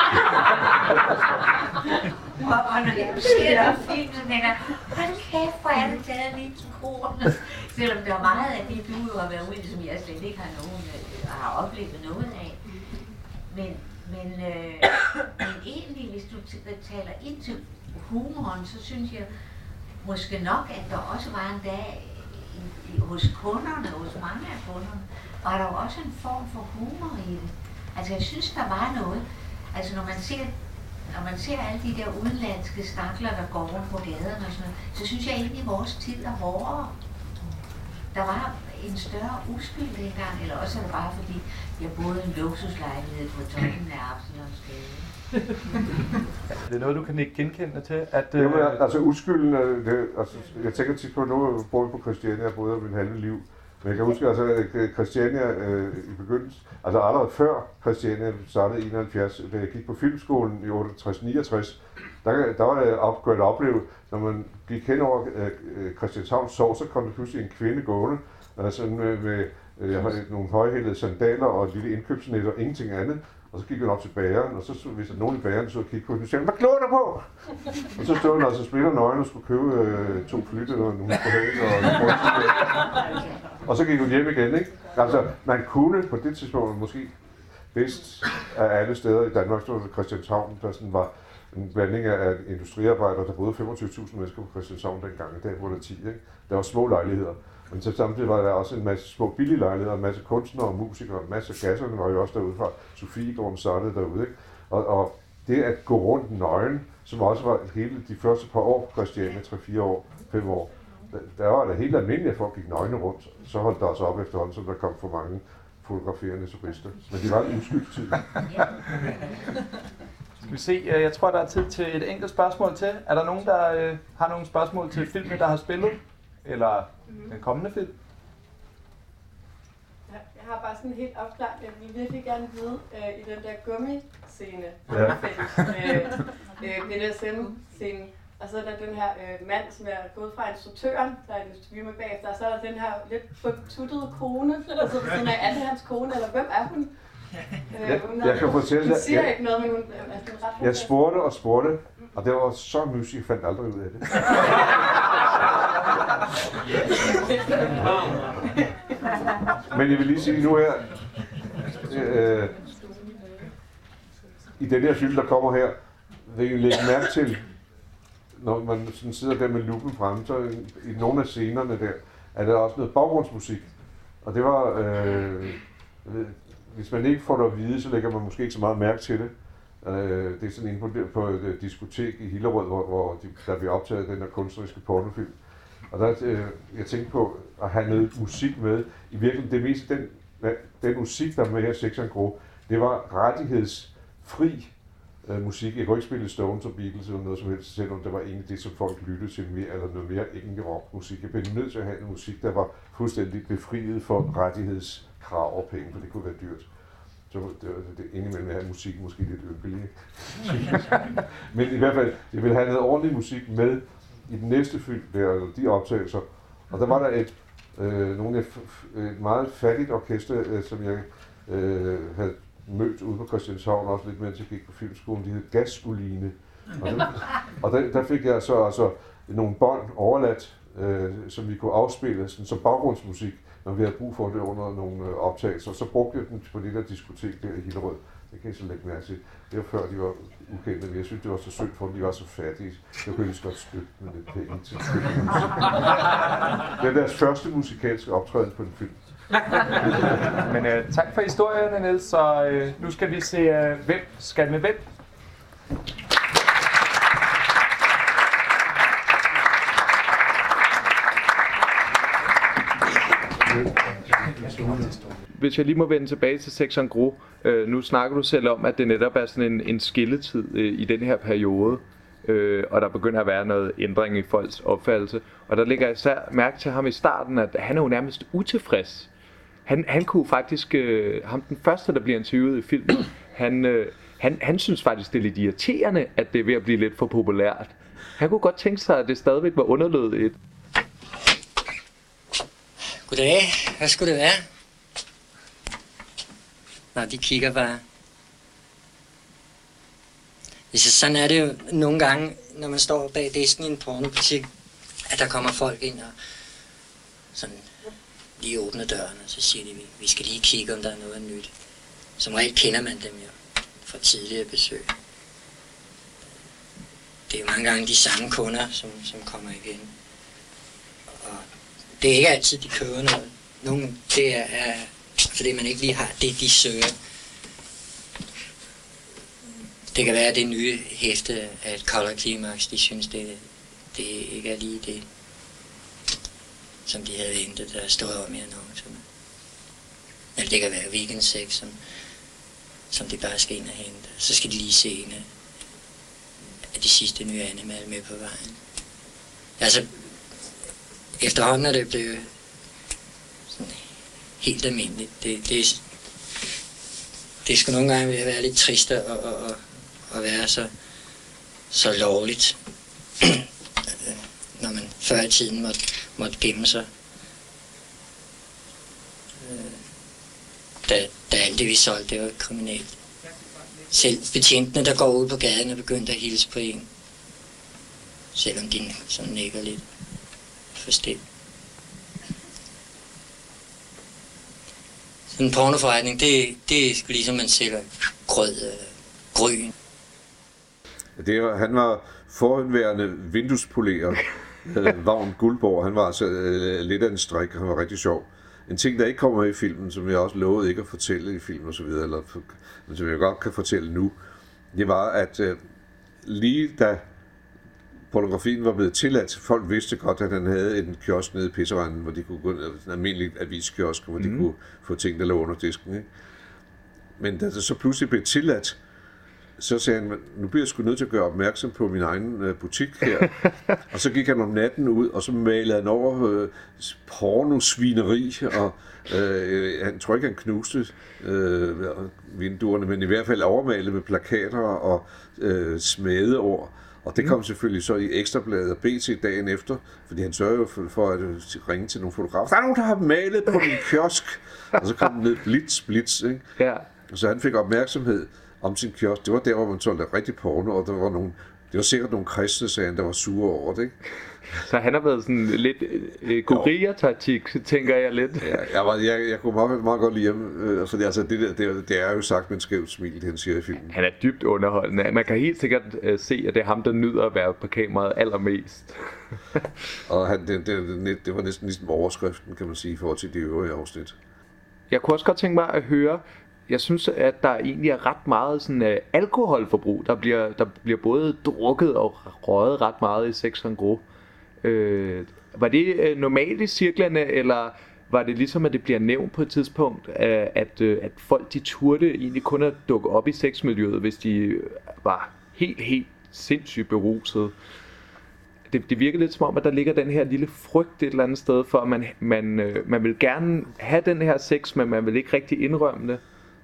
Speaker 13: og, og når jeg ser der film, så tænker jeg, hold kæft, hvor er det taget lige til kornet. Selvom der er meget af det, du jo har været ude i, som jeg slet ikke har nogen, øh, har oplevet noget af. Men, men, øh, men egentlig, hvis du taler ind til humoren, så synes jeg måske nok, at der også var en dag i, i, hos kunderne, hos mange af kunderne, var der jo også en form for humor i det. Altså jeg synes, der var noget. Altså når man ser, når man ser alle de der udenlandske stakler, der går rundt på gaderne og sådan noget, så synes jeg egentlig, at vores tid er hårdere. Der var en større uskyld dengang, eller også er det bare fordi, jeg boede i en luksuslejlighed på toppen af Absalonsgade.
Speaker 2: Det er noget, du kan ikke genkende til, at...
Speaker 4: Det var, altså uskylden, det, altså, jeg tænker tit på, nu boede jeg på Christiania, jeg boede mit halve liv. Men jeg kan huske, altså Christiania øh, i begyndelsen, altså allerede før Christiania startede i enoghalvfjerds, da jeg gik på filmskolen i otteogtres niogtres, der, der var det opgørt at opleve, når man gik hen over øh, Christianshavns Sov, så kom der pludselig en kvinde gående, altså med, med øh, nogle højhælede sandaler og et lille indkøbsnet og ingenting andet. Og så gik hun op til bageren, og så hvis der nogen i bageren så kiggede på hende, og sagde, hvad glor der på? Og så stod hun altså splitter nøgen og skulle købe øh, to flytte og nogle forhæng og nogle og så gik hun hjem igen, ikke? Altså, man kunne på det tidspunkt måske bedst af alle steder i Danmark, stod Christianshavn, der sådan var en blanding af industriarbejdere, der boede femogtyve tusind mennesker på Christianshavn dengang, i dag var der ti, ikke? Der var små lejligheder. Men så samtidig var der også en masse små billige lejligheder, en masse kunstnere og musikere, en masse gasserne var jo også derude fra. Sofiegården startede derude, ikke? Og, og det at gå rundt nøgen, som også var hele de første par år på Christiania, tre fire år, fem år, der var det helt almindeligt, at folk gik nøgne rundt. Så holdt der også op efterhånden, så der kom for mange fotograferende turister. Men det var en uskyldstid.
Speaker 2: Skal vi se, jeg tror, der er tid til et enkelt spørgsmål til. Er der nogen, der øh, har nogle spørgsmål til filmen, der har spillet? Eller den kommende film?
Speaker 14: Ja, jeg har bare sådan en helt opklart, jeg vil virkelig gerne vide øh, i den der gummiscene,
Speaker 4: ja.
Speaker 14: øh, øh, B D S M-scenen, og så er der den her øh, mand, som er gået fra instruktøren, der er et interview med bagefter, og så er der den her lidt tuttede kone, altså sådan er, er det hans kone, eller hvem er hun? Øh,
Speaker 4: jeg,
Speaker 14: hun,
Speaker 4: jeg kan fortælle
Speaker 14: hun siger
Speaker 4: jeg,
Speaker 14: ikke noget, men hun er altså, ret.
Speaker 4: Jeg spurgte og spurgte, og det var så mysigt, jeg fandt aldrig ud af det. Men jeg vil lige sige nu her, øh, i den her film, der kommer her, vil jeg lægge mærke til, når man sådan sidder der med lupen fremme, så i nogle af scenerne der, er der også noget baggrundsmusik. Og det var, øh, hvis man ikke får det at vide, så lægger man måske ikke så meget mærke til det. Øh, det er sådan inde på, på et diskotek i Hillerød, hvor, hvor de, der bliver optaget den der kunstneriske pornofilm. Og der, øh, jeg tænkte på at have noget musik med. I virkeligheden, det meste, den, den musik, der er med her, Sex and Grow, det var rettighedsfri øh, musik. Jeg kunne ikke spille Stones og Beatles eller noget som helst, selvom det var egentlig det, som folk lyttede til mere, eller noget mere ikke rockmusik. Jeg blev nødt til at have en musik, der var fuldstændig befriet for rettighedskrav og penge, for det kunne være dyrt. Så det, det indimellem er musik måske lidt ynkelig. Men i hvert fald, jeg ville have noget ordentlig musik med i den næste film, der, de optagelser. Og der var der et, øh, nogle, et meget fattigt orkester, øh, som jeg øh, havde mødt ude på Christianshavn, også lidt mens jeg gik på filmskolen. De hed Gasoline. Og, den, og der, der fik jeg så altså nogle bånd overladt, øh, som vi kunne afspille sådan, som baggrundsmusik, når vi havde brug for det under nogle øh, optagelser. Så brugte jeg den på det der diskotek der i Hillerød. Det kan jeg så lægge mærke til. Det var før de var ukendte, men jeg synes, det var så synd for dem, de var så fattige. Jeg kunne lige så godt støtte med lidt penge til at spille musik. Det er deres første musikalske optræden på en film.
Speaker 2: Men uh, tak for historien, Niels. Så uh, nu skal vi se, uh, hvem skal med hvem. Hvis jeg lige må vende tilbage til Sex en Gros, øh, nu snakker du selv om, at det netop er sådan en, en skilletid øh, i den her periode, øh, og der begynder at være noget ændring i folks opfattelse. Og der ligger især mærke til ham i starten, at han er jo nærmest utilfreds. Han, han kunne faktisk, øh, ham den første, der bliver interviewet i filmen, han, øh, han, han synes faktisk, det er lidt irriterende, at det er ved at blive lidt for populært. Han kunne godt tænke sig, at det stadigvæk var underlødigt.
Speaker 15: Goddag, hvad skulle det være? Nå, de kigger bare. Så sådan er det jo nogle gange, når man står bag disken i en pornobutik, at der kommer folk ind og sådan lige åbner døren, og så siger de, vi skal lige kigge, om der er noget nyt. Som regel kender man dem jo fra tidligere besøg. Det er mange gange de samme kunder, som, som kommer igen. Og det er ikke altid, de køber noget. Nogle, det er, er fordi man ikke lige har det, de søger. Det kan være, at det nye hæfte af et Color Climax, de synes, det, det ikke er lige det, som de havde ventet, der stod om i annoncerne. Eller det kan være Weekend Sex, som, som de bare skal ind og hente. Så skal de lige se en af, af de sidste nye Animal med på vejen. Altså, efterhånden er det blevet sådan helt almindeligt. Det, det, det skal nogle gange være lidt trist at, at, at, at være så, så lovligt, når man før i tiden måtte, måtte gemme sig. Da, da alt det vi solgte, det var kriminelt. Selv betjentene, der går ud på gaden og begyndte at hilse på en, selvom de sådan nikker lidt forstemt. Sådan en pornoforretning, det, det er sgu ligesom man sælger grød, øh, grøn.
Speaker 4: Det var, han var forhenværende vinduespolerer, øh, Vagn Guldborg. Han var altså øh, lidt af en strik, han var rigtig sjov. En ting, der ikke kommer med i filmen, som jeg også lovede ikke at fortælle i filmen og så videre, eller, men som jeg godt kan fortælle nu, det var, at øh, lige da pornografien var blevet tilladt, folk vidste godt, at han havde en kiosk nede i Pisseranden, hvor de kunne gå ned, en almindelig aviskiosk, hvor mm. de kunne få ting, der lå under disken. Ikke? Men da det så pludselig blev tilladt, så sagde han, nu bliver jeg sgu nødt til at gøre opmærksom på min egen øh, butik her. Og så gik han om natten ud, og så malede han over øh, pornosvineri, og øh, han tror ikke, han knuste øh, vinduerne, men i hvert fald overmalet med plakater og øh, smadeord. Og det kom mm. selvfølgelig så i Ekstrabladet og B T dagen efter, fordi han sørger jo for, for at ringe til nogle fotografer. Der er nogen, der har malet på min kiosk. Og så kom den ned blitz, blitz, ikke? Ja. Og så han fik opmærksomhed om sin kiosk. Det var der, hvor man solgte rigtig porno, og der var nogle, det var sikkert nogle kristne, sagde han, der var sure over det, ikke?
Speaker 2: Så han har været sådan lidt øh, guerilla-taktik, tænker jeg lidt.
Speaker 4: Ja, jeg, var, jeg, jeg kunne meget, meget godt lide ham, øh, for det, altså, det, det, det er jo sagt med en skævt smil, det han siger i filmen.
Speaker 2: Han er dybt underholdende. Man kan helt sikkert øh, se, at det er ham, der nyder at være på kameraet allermest.
Speaker 4: Og han, det, det, det var næsten ligesom overskriften, kan man sige, i forhold til de øvrige afsnit.
Speaker 2: Jeg kunne også godt tænke mig at høre, jeg synes, at der egentlig er ret meget sådan, uh, alkoholforbrug. Der bliver, der bliver både drukket og røget ret meget i Sex en Gros. Øh, var det uh, normalt i cirklerne, eller var det ligesom, at det bliver nævnt på et tidspunkt, uh, at, uh, at folk de turde egentlig kun at dukke op i sexmiljøet, hvis de var helt, helt sindssygt berusede? Det, det virker lidt som om, at der ligger den her lille frygt et eller andet sted, for at man, man, uh, man vil gerne have den her sex, men man vil ikke rigtig indrømme det.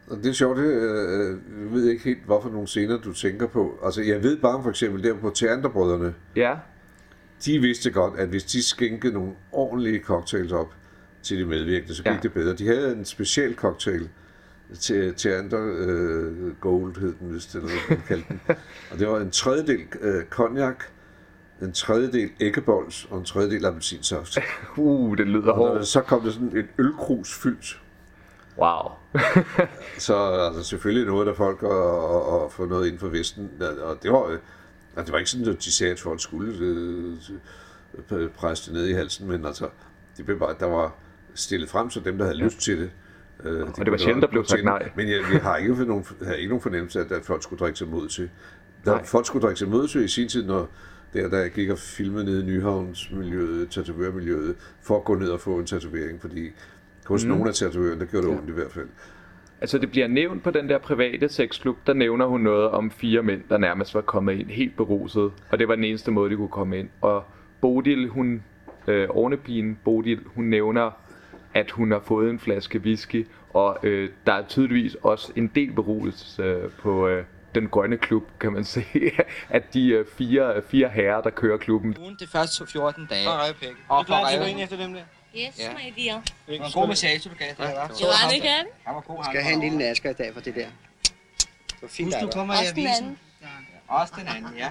Speaker 4: Og det er sjovt, det, øh, jeg ved ikke helt, hvorfor nogle scener du tænker på. Altså, jeg ved bare for eksempel der på Teaterbrødrene.
Speaker 1: Ja.
Speaker 4: De vidste godt, at hvis de skænkede nogle ordentlige cocktails op til de medvirkende, så gik ja. det bedre. De havde en special cocktail til Teater øh, Gold, hed den vist, eller hvad man kaldte den. Og det var en tredjedel øh, cognac, en tredjedel æggebols og en tredjedel appelsinsaft.
Speaker 1: Uh, det lyder hårdt.
Speaker 4: Så kom der sådan et ølkrus fyldt.
Speaker 1: Wow.
Speaker 4: Så altså, selvfølgelig noget, der folk og, og få noget inden for Vesten. Og det var, altså, det var ikke sådan, at de sagde, at folk skulle øh, presse det ned i halsen, men altså, det blev bare, der var stillet frem, så dem, der havde ja. lyst til det. Øh, de
Speaker 1: og det var sjældent, der blev sagt nej.
Speaker 4: Men jeg, jeg har ikke nogen, havde ikke nogen fornemmelse af, at folk skulle drikke sig mod til. Der, folk skulle drikke sig mod til i sin tid, når der, der gik og filmede nede i Nyhavnsmiljøet, tatovørmiljøet, for at gå ned og få en tatovering, fordi hos mm. nogle af tatovørerne, der gjorde det ondt i hvert fald.
Speaker 1: Altså det bliver nævnt på den der private sexklub, der nævner hun noget om fire mænd, der nærmest var kommet ind helt beruset, og det var den eneste måde, de kunne komme ind. Og Bodil, hun, øh, Ornepigen Bodil, hun nævner, at hun har fået en flaske whisky, og øh, der er tydeligvis også en del beruselse øh, på øh, den grønne klub, kan man se, at de øh, fire, fire herrer, der kører klubben.
Speaker 7: Ugen det første fjorten dage.
Speaker 16: Og revpæk.
Speaker 7: Og
Speaker 16: du plejer at gå ind efter dem der?
Speaker 6: Yes, ja. My dear.
Speaker 7: Det var en god massage, du gav det. Ja,
Speaker 6: det var det, kan.
Speaker 7: Han var god.
Speaker 16: Skal have en lille nasker i dag for det der. Det var fint,
Speaker 7: du kommer i avisen. Også den anden, ja.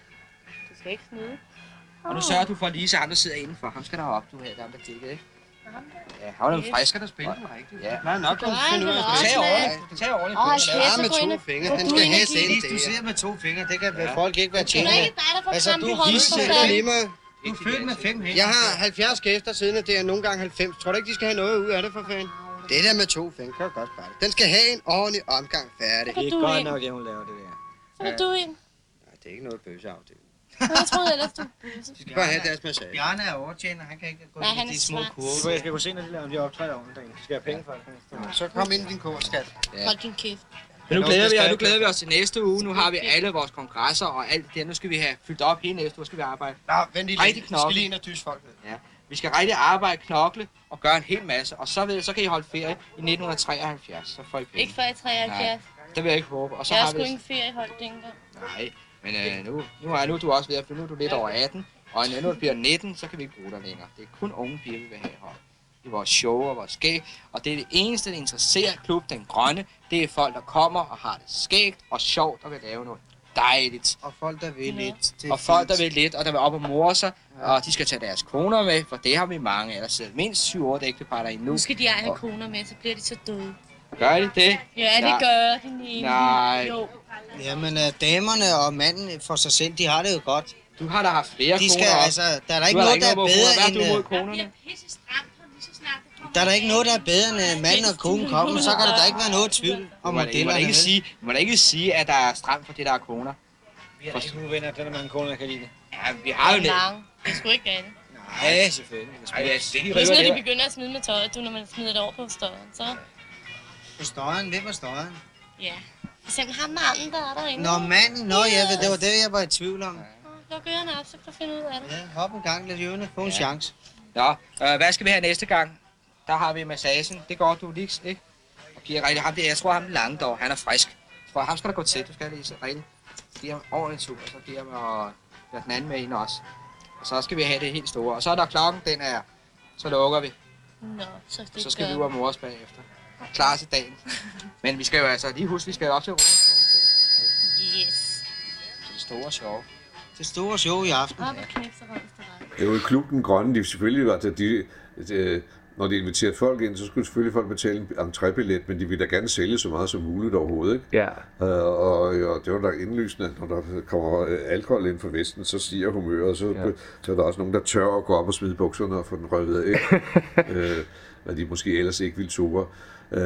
Speaker 6: Du skal ikke snyde.
Speaker 7: Og nu sørger du for, at Lise andre sidder indenfor. Ham skal der op, du her, der er der kigget, ikke? Ja, han var den frisker, der spiller den rigtigt. Ja,
Speaker 16: nej, nok kan finde ud af det.
Speaker 7: Tag over, tag over.
Speaker 16: Åh, han skal med to fingre. Den skal have selv. Du ser med to fingre, det kan folk ikke være tjent med. Altså, du viser lige mig.
Speaker 7: Du er født med fem hænder.
Speaker 16: Jeg har halvfjerds gæster siddende, det er nogle gange halvfems. Tror du ikke, de skal have noget ud af det for fanden? Det der med to fingre, kan du godt klare det. Den skal have en ordentlig omgang færdig.
Speaker 6: Det er
Speaker 16: godt nok, at hun laver det der.
Speaker 6: Hvad er du ind?
Speaker 16: Nej, det er ikke noget bøsseafdeling.
Speaker 6: Jeg troede ellers, du bøsse.
Speaker 16: De skal bare have deres massage.
Speaker 7: Bjarne er overtjener, han kan ikke gå
Speaker 6: i
Speaker 7: de små kurve.
Speaker 16: Jeg skal gå se, når de laver, de optræder om dagen. De skal have penge for det. Så kom ind i din kurs, skat.
Speaker 6: Hold din kæft.
Speaker 7: Men nu glæder, vi, nu glæder vi os til næste uge. Nu har vi alle vores kongresser og alt det. Nu skal vi have fyldt op hele næste uge, skal vi arbejde.
Speaker 16: Nå, vent lige.
Speaker 7: Rigtig knokle.
Speaker 16: Vi skal lige ind og dyse folk.
Speaker 7: Ja. Vi skal rigtig arbejde, knokle og gøre en hel masse. Og så, ved, så kan I holde ferie i nitten treoghalvfjerds. Så får I penge.
Speaker 6: Ikke før i treoghalvfjerds.
Speaker 7: Nej, det vil jeg ikke håbe. Og så
Speaker 6: jeg
Speaker 7: har
Speaker 6: har sgu
Speaker 7: vi...
Speaker 6: ingen feriehold dengang.
Speaker 7: Nej, men øh, nu, nu, er, nu er du også ved at nu er du lidt over atten. Og når du bliver nitten, så kan vi ikke bruge dig længere. Det er kun unge piger, vi vil have her. I vores show og vores skæg. Og det er det eneste, der interesserer klub Den Grønne. Det er folk, der kommer og har det skægt og sjovt og vil lave noget dejligt.
Speaker 16: Og folk, der vil lidt.
Speaker 7: Det og folk, der vil lidt, og der vil op og more sig. Ja. Og de skal tage deres koner med, for det har vi mange. Eller sidder mindst syv otte ægtepar derinde nu.
Speaker 6: Nu skal de ej have koner med, så bliver de så døde.
Speaker 7: Gør de det?
Speaker 6: Ja, det ja. gør de nemlig.
Speaker 7: Nej.
Speaker 6: Jo.
Speaker 16: Jamen, uh, damerne og manden for sig selv, de har det jo godt.
Speaker 7: Du har da haft flere
Speaker 16: de skal,
Speaker 7: koner
Speaker 16: altså, der er der ikke noget, der er bedre end...
Speaker 7: Hvad er du mod konerne?
Speaker 16: Der er der ikke noget, der er bedre end manden og konen kommer, så kan der da ikke være noget tvivl om modellerne.
Speaker 7: Du må ikke sige, må da ikke sige, at der er stramt for det, der er koner.
Speaker 16: Vi har ikke uvenner, den er mange koner, der kan lide det.
Speaker 7: Ja, vi har jo det.
Speaker 6: Det er sgu ikke galt.
Speaker 16: Nej, selvfølgelig.
Speaker 6: Nej, det er sådan, at de begynder at smide med tøjet, du, når man smider det over på støjen, så...
Speaker 16: På støjen? Hvem er støjen?
Speaker 6: Ja. For eksempel ham manden, der er derinde.
Speaker 16: Nå, manden? Nå, ja, det var det, jeg var i tvivl om.
Speaker 6: Luk ørerne op, så kan du finde ud af det.
Speaker 16: Ja, hop en gang, lad ørerne få en chance.
Speaker 7: Nå, øh, hvad skal vi have næste gang? Der har vi massagen. Det går du lige, ikke? Og giver rigtig ham det. Jeg tror ham den lange dog, han er frisk. For ham skal der gå til. Du skal lige så rigtig. Giver ham over en tur, og så giver ham og ja, den anden med ind også. Og så skal vi have det helt store. Og så er der klokken, den er, så lukker vi.
Speaker 6: Nå, så det
Speaker 7: Så skal vi ud og mores bagefter. Klar til dagen. Men vi skal jo altså lige huske, vi skal jo op til Rundeskovs.
Speaker 6: Yes.
Speaker 7: Så det store show.
Speaker 16: Det store show i aften.
Speaker 6: Op og knæk, så holdes det ret.
Speaker 4: Det er jo i klubben Grønne, de selvfølgelig var til de, de, når de inviterede folk ind, så skulle selvfølgelig folk betale en entrébillet, men de ville da gerne sælge så meget som muligt overhovedet, ikke?
Speaker 1: Ja.
Speaker 4: Uh, og, og det var da indlysende, at når der kommer alkohol ind fra Vesten, så stiger humøret, og så, ja. så er der også nogen, der tør at gå op og smide bukserne og få den røvet af, ikke? uh, hvad de måske ellers ikke ville ture. Uh,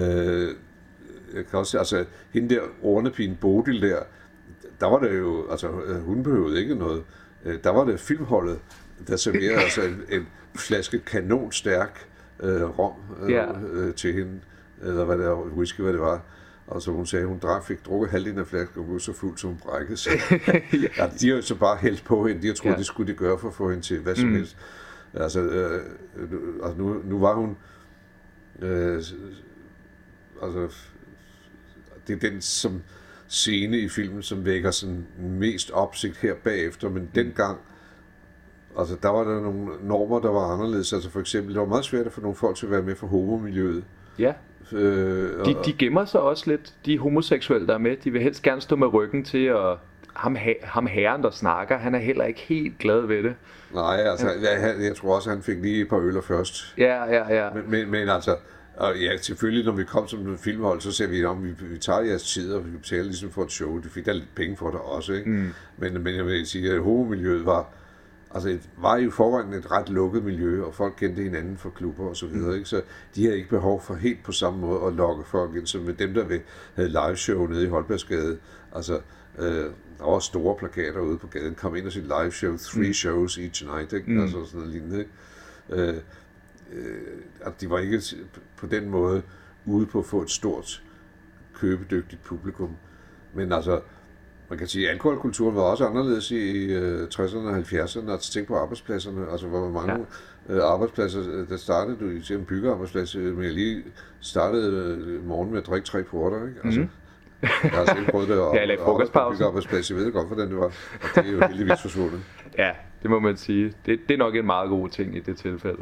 Speaker 4: jeg kan også, altså, hende der Ornepigen Bodil der, der var det jo, altså hun behøvede ikke noget. Uh, der var det filmholdet, der serverede altså en, en flaske kanonstærk øh, rom øh, yeah. øh, til hende, eller hvad det var, whisky, hvad det var. Og så hun sagde, hun drak, fik drukket halvdelen af flasken, og blev så fuld, som hun brækkede sig. Ja, de har jo så bare hældt på hende. De har troet, yeah. det skulle de gøre for at få hende til hvad som mm. helst. Altså, øh, nu, nu var hun... Øh, altså, det er den som scene i filmen, som vækker sådan mest opsigt her bagefter, men dengang, altså der var der nogle normer, der var anderledes. Altså for eksempel, det var meget svært at få nogle folk til at være med for homomiljøet.
Speaker 1: Ja.
Speaker 4: Øh,
Speaker 1: de, de gemmer sig også lidt, de homoseksuelle, der er med. De vil helst gerne stå med ryggen til, og ham, ham herren, der snakker, han er heller ikke helt glad ved det.
Speaker 4: Nej, altså, jeg, jeg tror også, han fik lige et par øller først.
Speaker 1: Ja, ja, ja.
Speaker 4: Men, men, men altså, og ja, selvfølgelig, når vi kom som en filmhold, så sagde vi, om vi, vi tager jeres tid, og vi betaler ligesom for et show. Det fik der lidt penge for det også, ikke? Mm. Men, men jeg vil sige, at homomiljøet var, altså, et, var jo forvejen et ret lukket miljø, og folk kendte hinanden fra klubber og så videre, mm. ikke? Så de havde ikke behov for helt på samme måde at lokke folk ind, som med dem, der havde liveshow nede i Holbergsgade. Altså, øh, der var store plakater ude på gaden, kom ind og sit liveshow, three mm. shows each night, ikke? Mm. Altså sådan noget lignende, ikke? Øh, at de var ikke på den måde ude på at få et stort købedygtigt publikum. Men altså, man kan sige, at alkoholkulturen var også anderledes i tresserne og halvfjerdserne, altså tænk på arbejdspladserne, altså hvor mange ja. arbejdspladser, der startede du i en byggearbejdsplads, men jeg lige startede morgen med at drikke tre porter, ikke? Altså, mm. jeg har selv prøvet det at
Speaker 1: ja, arbejde på
Speaker 4: byggearbejdsplads, jeg ved godt, hvordan det var, og det er jo heldigvis forsvundet.
Speaker 1: Ja, det må man sige. Det, det er nok en meget god ting i det tilfælde.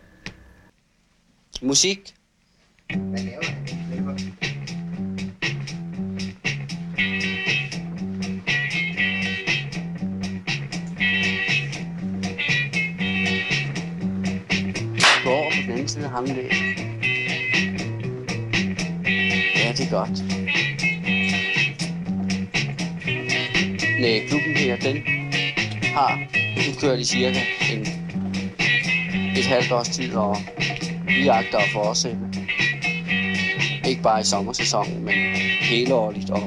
Speaker 16: Musik.
Speaker 13: Hvad laver han?
Speaker 16: Gå over på den anden side af ham der. Ja, det er godt. Næh, klubben her, den har nu kørt i cirka en, et halvt års tid, og vi agter at fortsætte. Ikke bare i sommersæsonen, men helårligt, og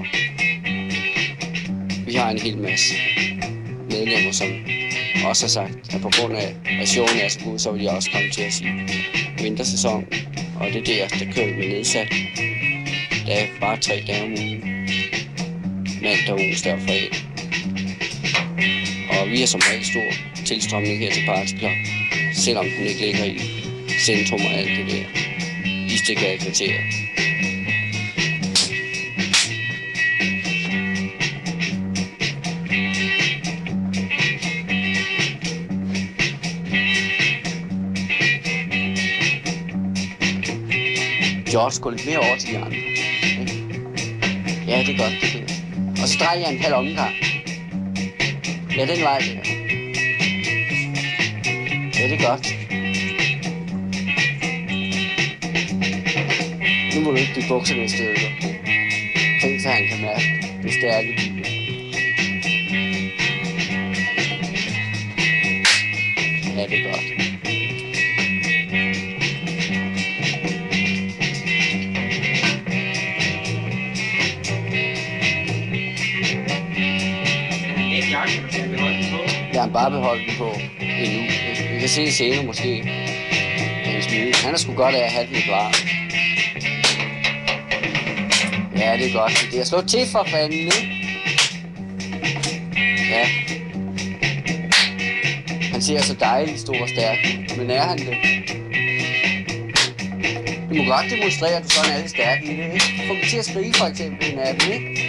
Speaker 16: vi har en hel masse medlemmer, som også har sagt, at på grund af, at showene er så gode, så vil de også komme til at sige vintersæsonen, og det er der, der kører vi med nedsat. Der er bare tre dage om ugen, mandag, onsdag og fredag. Og vi har som regel stor tilstrømning her til Party Club, selvom den ikke ligger i centrum og alt det der Istegade kvarter. George går lidt mere over til de andre. Ja, det er godt, det der. Og så drejer jeg en halv omgang. Ja, den vej der. Ja, det er godt. Nu må du ikke blive bukserne i stedet. Tænk så han kan mærke, hvis det er lidt. Ja, det er godt. Jeg har bare beholdt den på endnu. Vi kan se det senere måske. Han er sgu godt af at have den lidt varm. Ja, det er godt. Det er slået til for fanden nu. Ja. Han ser så dejligt stor og stærk. Men er han det? Du må godt demonstrere, at du sådan er lidt stærk i det, ikke? Få mig til at skrige for eksempel en af dem, ikke?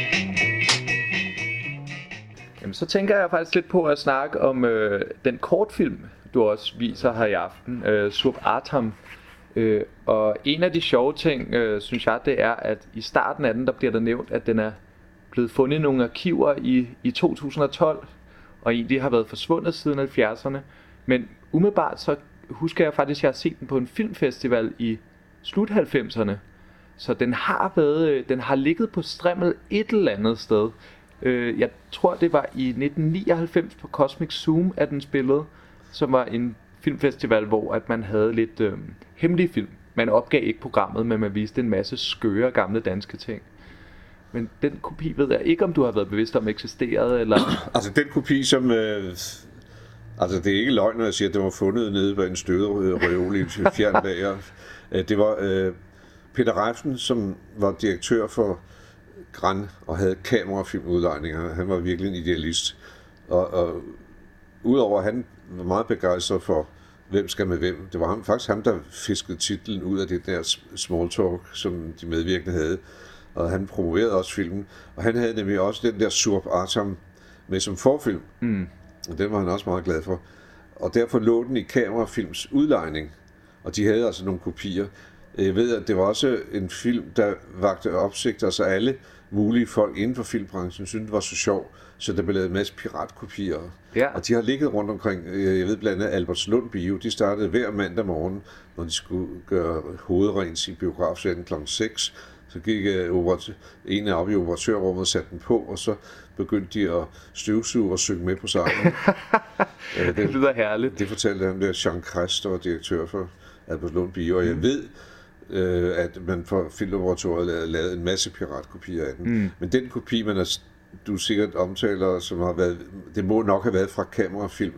Speaker 1: Jamen, så tænker jeg faktisk lidt på at snakke om øh, den kortfilm, du også viser her i aften, øh, Surp Artam. Øh, og en af de sjove ting, øh, synes jeg, det er, at i starten af den, der bliver der nævnt, at den er blevet fundet i nogle arkiver i, i to tusind og tolv, og egentlig har været forsvundet siden halvfjerdserne. Men umiddelbart så husker jeg faktisk, at jeg har set den på en filmfestival i slut halvfemserne. Så den har været, den har ligget på strimmel et eller andet sted. Jeg tror, det var i nitten nioghalvfems på Cosmic Zoom, at den spillede, som var en filmfestival, hvor at man havde lidt øh, hemmelige film. Man opgav ikke programmet, men man viste en masse skøre gamle danske ting. Men den kopi ved jeg ikke, om du har været bevidst om eksisterede, eller...
Speaker 4: Altså den kopi, som... Øh, altså det er ikke løgn, når jeg siger, at den var fundet nede på en støvet reol i et fjern lager. Det var øh, Peter Reiffen, som var direktør for Gran og havde kamerafilmudlejninger. Han var virkelig en idealist. Og, og udover at han var meget begejstret for Hvem skal med hvem, det var ham, faktisk ham, der fiskede titlen ud af det der small talk, som de medvirkende havde. og han promoverede også filmen. Og han havde nemlig også den der Surp Artam med som forfilm.
Speaker 1: Mm.
Speaker 4: Og den var han også meget glad for. Og derfor lå den i Kamerafilms udlejning. Og de havde altså nogle kopier. Jeg ved, at det var også en film, der vagte opsigt, altså alle mulige folk inden for filmbranchen syntes, det var så sjov, så der blev lavet en masse piratkopier.
Speaker 1: Ja.
Speaker 4: Og de har ligget rundt omkring, jeg ved blandt andet Albertslund Bio, de startede hver mandag morgen, når de skulle gøre hovedrens i biografsalen klokken seks. Så gik en af oppe i operatørrummet og satte den på, og så begyndte de at støvsuge og synge med på sangen.
Speaker 1: det, det lyder herligt.
Speaker 4: Det fortalte han der Jean Krest, der var direktør for Albertslund Bio, og jeg mm. ved, øh, at man for Filmlaboratoriet lavede, lavede en masse piratkopier af den. Mm. Men den kopi, man er, du sikkert omtaler, som har været, det må nok have været fra Kamerafilm,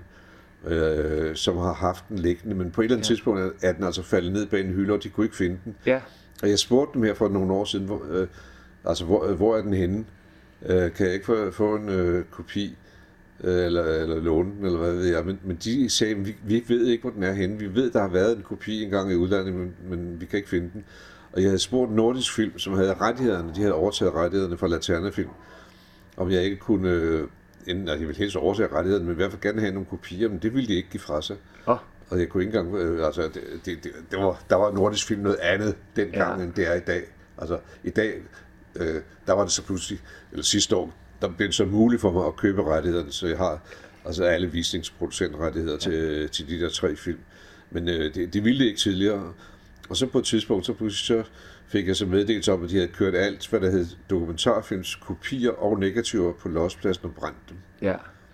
Speaker 4: øh, som har haft den liggende, men på et eller andet ja. tidspunkt er den altså faldet ned bag en hylde, og de kunne ikke finde den.
Speaker 1: Ja.
Speaker 4: Og jeg spurgte dem her for nogle år siden, hvor, øh, altså hvor, øh, hvor er den henne? Øh, kan jeg ikke få, få en øh, kopi, øh, eller, eller låne den, eller hvad ved jeg? Men, men de sagde, vi, vi ved ikke, hvor den er henne. Vi ved, der har været en kopi engang i udlandet, men, men vi kan ikke finde den. Og jeg havde spurgt Nordisk Film, som havde rettighederne, de havde overtaget rettighederne fra Laternafilm, om jeg ikke kunne, øh, inden, altså jeg ville helst overtage rettighederne, men i hvert fald gerne have nogle kopier, men det ville de ikke give fra sig.
Speaker 1: Oh.
Speaker 4: Og jeg kunne ikke engang, øh, altså det, det, det, det var, der var Nordisk Film noget andet dengang, ja. end det er i dag. Altså i dag, øh, der var det så pludselig, eller sidste år, der blev det så muligt for mig at købe rettighederne, så jeg har altså alle visningsproducentrettigheder ja. til, til de der tre film. Men øh, det, det ville det ikke tidligere. Og så på et tidspunkt, så pludselig så fik jeg så meddelelse om, at de havde kørt alt, hvad der hed dokumentarfilms kopier og negativer på Lodspladsen og brændt dem.
Speaker 1: Ja.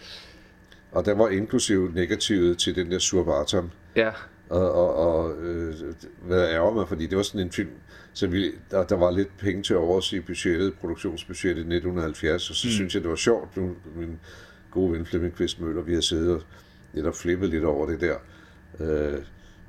Speaker 4: Og der var inklusive negativet til den der Surp Artam.
Speaker 1: Ja.
Speaker 4: Og, og, og øh, hvad ærger mig, fordi det var sådan en film, så vi, der, der var lidt penge til overs i budgettet, produktionsbudgettet i nitten halvfjerds, og så mm. synes jeg, det var sjovt. Nu, min gode ven Flemming Kvist Møller, vi har siddet og netop flippet lidt over det der øh,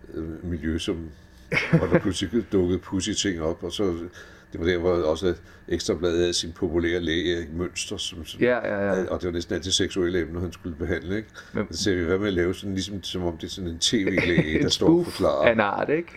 Speaker 4: miljø, som, hvor der pludselig dukkede pudsige ting op, og så det var der, hvor også Ekstrabladet havde sin populære læge, Erik Mønster, som, som,
Speaker 1: ja, ja, ja.
Speaker 4: og det var næsten altid seksuelle emner, han skulle behandle, ikke? Men, så sagde vi, hvad med at lave sådan, ligesom som om det er sådan en tv-læge, der står og forklarer.
Speaker 1: En art, ikke?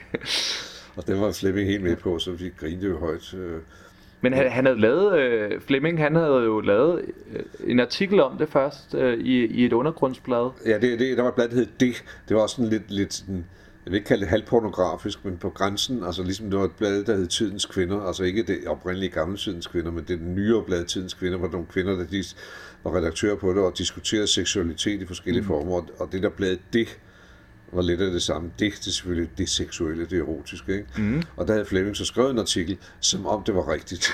Speaker 4: Og den var Flemming helt med på, så vi grinede jo højt.
Speaker 1: Men han, han havde lavet, øh, Flemming, han havde jo lavet en artikel om det først øh, i, i et undergrundsblad.
Speaker 4: Ja, det, det, der var et blad, der hed Det. Det var også sådan lidt, lidt sådan, jeg vil ikke kalde det halvpornografisk, men på grænsen, altså ligesom det var et blad, der hed Tidens Kvinder, altså ikke det oprindelige gamle Tidens Kvinder, men det nyere blad Tidens Kvinder, hvor nogle kvinder, der de var redaktører på det og diskuterede seksualitet i forskellige mm. former, og det der blad Det var lidt af det samme. Det, det er selvfølgelig det seksuelle, det erotiske, ikke? Mm. Og der havde Flemming så skrevet en artikel, som om det var rigtigt.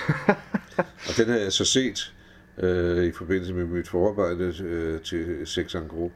Speaker 4: Og den havde jeg så set øh, i forbindelse med mit forarbejde øh, til Sex en Gros,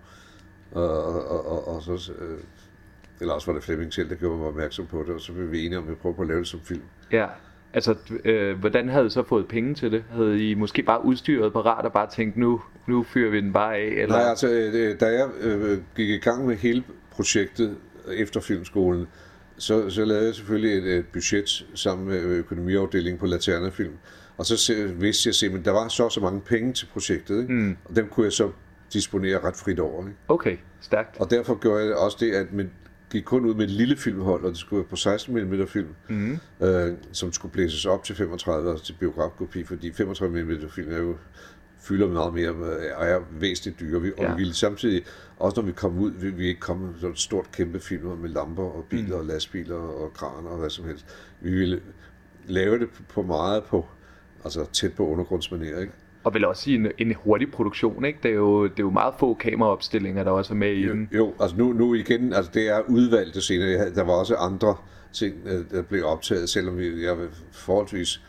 Speaker 4: og, og, og, og så... Øh, eller også var det Flemming selv, der gjorde mig opmærksom på det, og så blev vi enige om, at vi prøver på at lave det som film.
Speaker 1: Ja, altså, øh, hvordan havde I så fået penge til det? Havde I måske bare udstyret parat og bare tænkt, nu, nu fyrer vi den bare af? Eller?
Speaker 4: Nej, altså, da jeg øh, gik i gang med hele projektet efter filmskolen, så, så lavede jeg selvfølgelig et, et budget sammen med økonomiafdelingen på Laternafilm, og så vidste jeg simpelthen, der var så så mange penge til projektet, ikke? Mm. Og dem kunne jeg så disponere ret frit over. Ikke?
Speaker 1: Okay, stærkt.
Speaker 4: Og derfor gjorde jeg også det, at man gik kun ud med et lille filmhold, og det skulle være på seksten millimeter film, mm. øh, som skulle blæses op til femogtredive, altså til biografkopi, fordi femogtredive millimeter film er jo, fylder meget mere, og er væsentligt dyre. Vi, ja. Og vi ville samtidig, også når vi kom ud, ville vi ikke komme med sådan et stort kæmpe film med lamper og biler mm. og lastbiler og kraner og hvad som helst. Vi ville lave det på meget på, altså tæt på undergrundsmanér, ikke?
Speaker 1: Og vel også i en, en hurtig produktion, ikke? Det er, jo, det er jo meget få kameraopstillinger, der også er med i
Speaker 4: jo,
Speaker 1: den.
Speaker 4: Jo, altså nu, nu igen, altså det er udvalgte scener. Der var også andre ting, der blev optaget, selvom vi, jeg var forholdsvis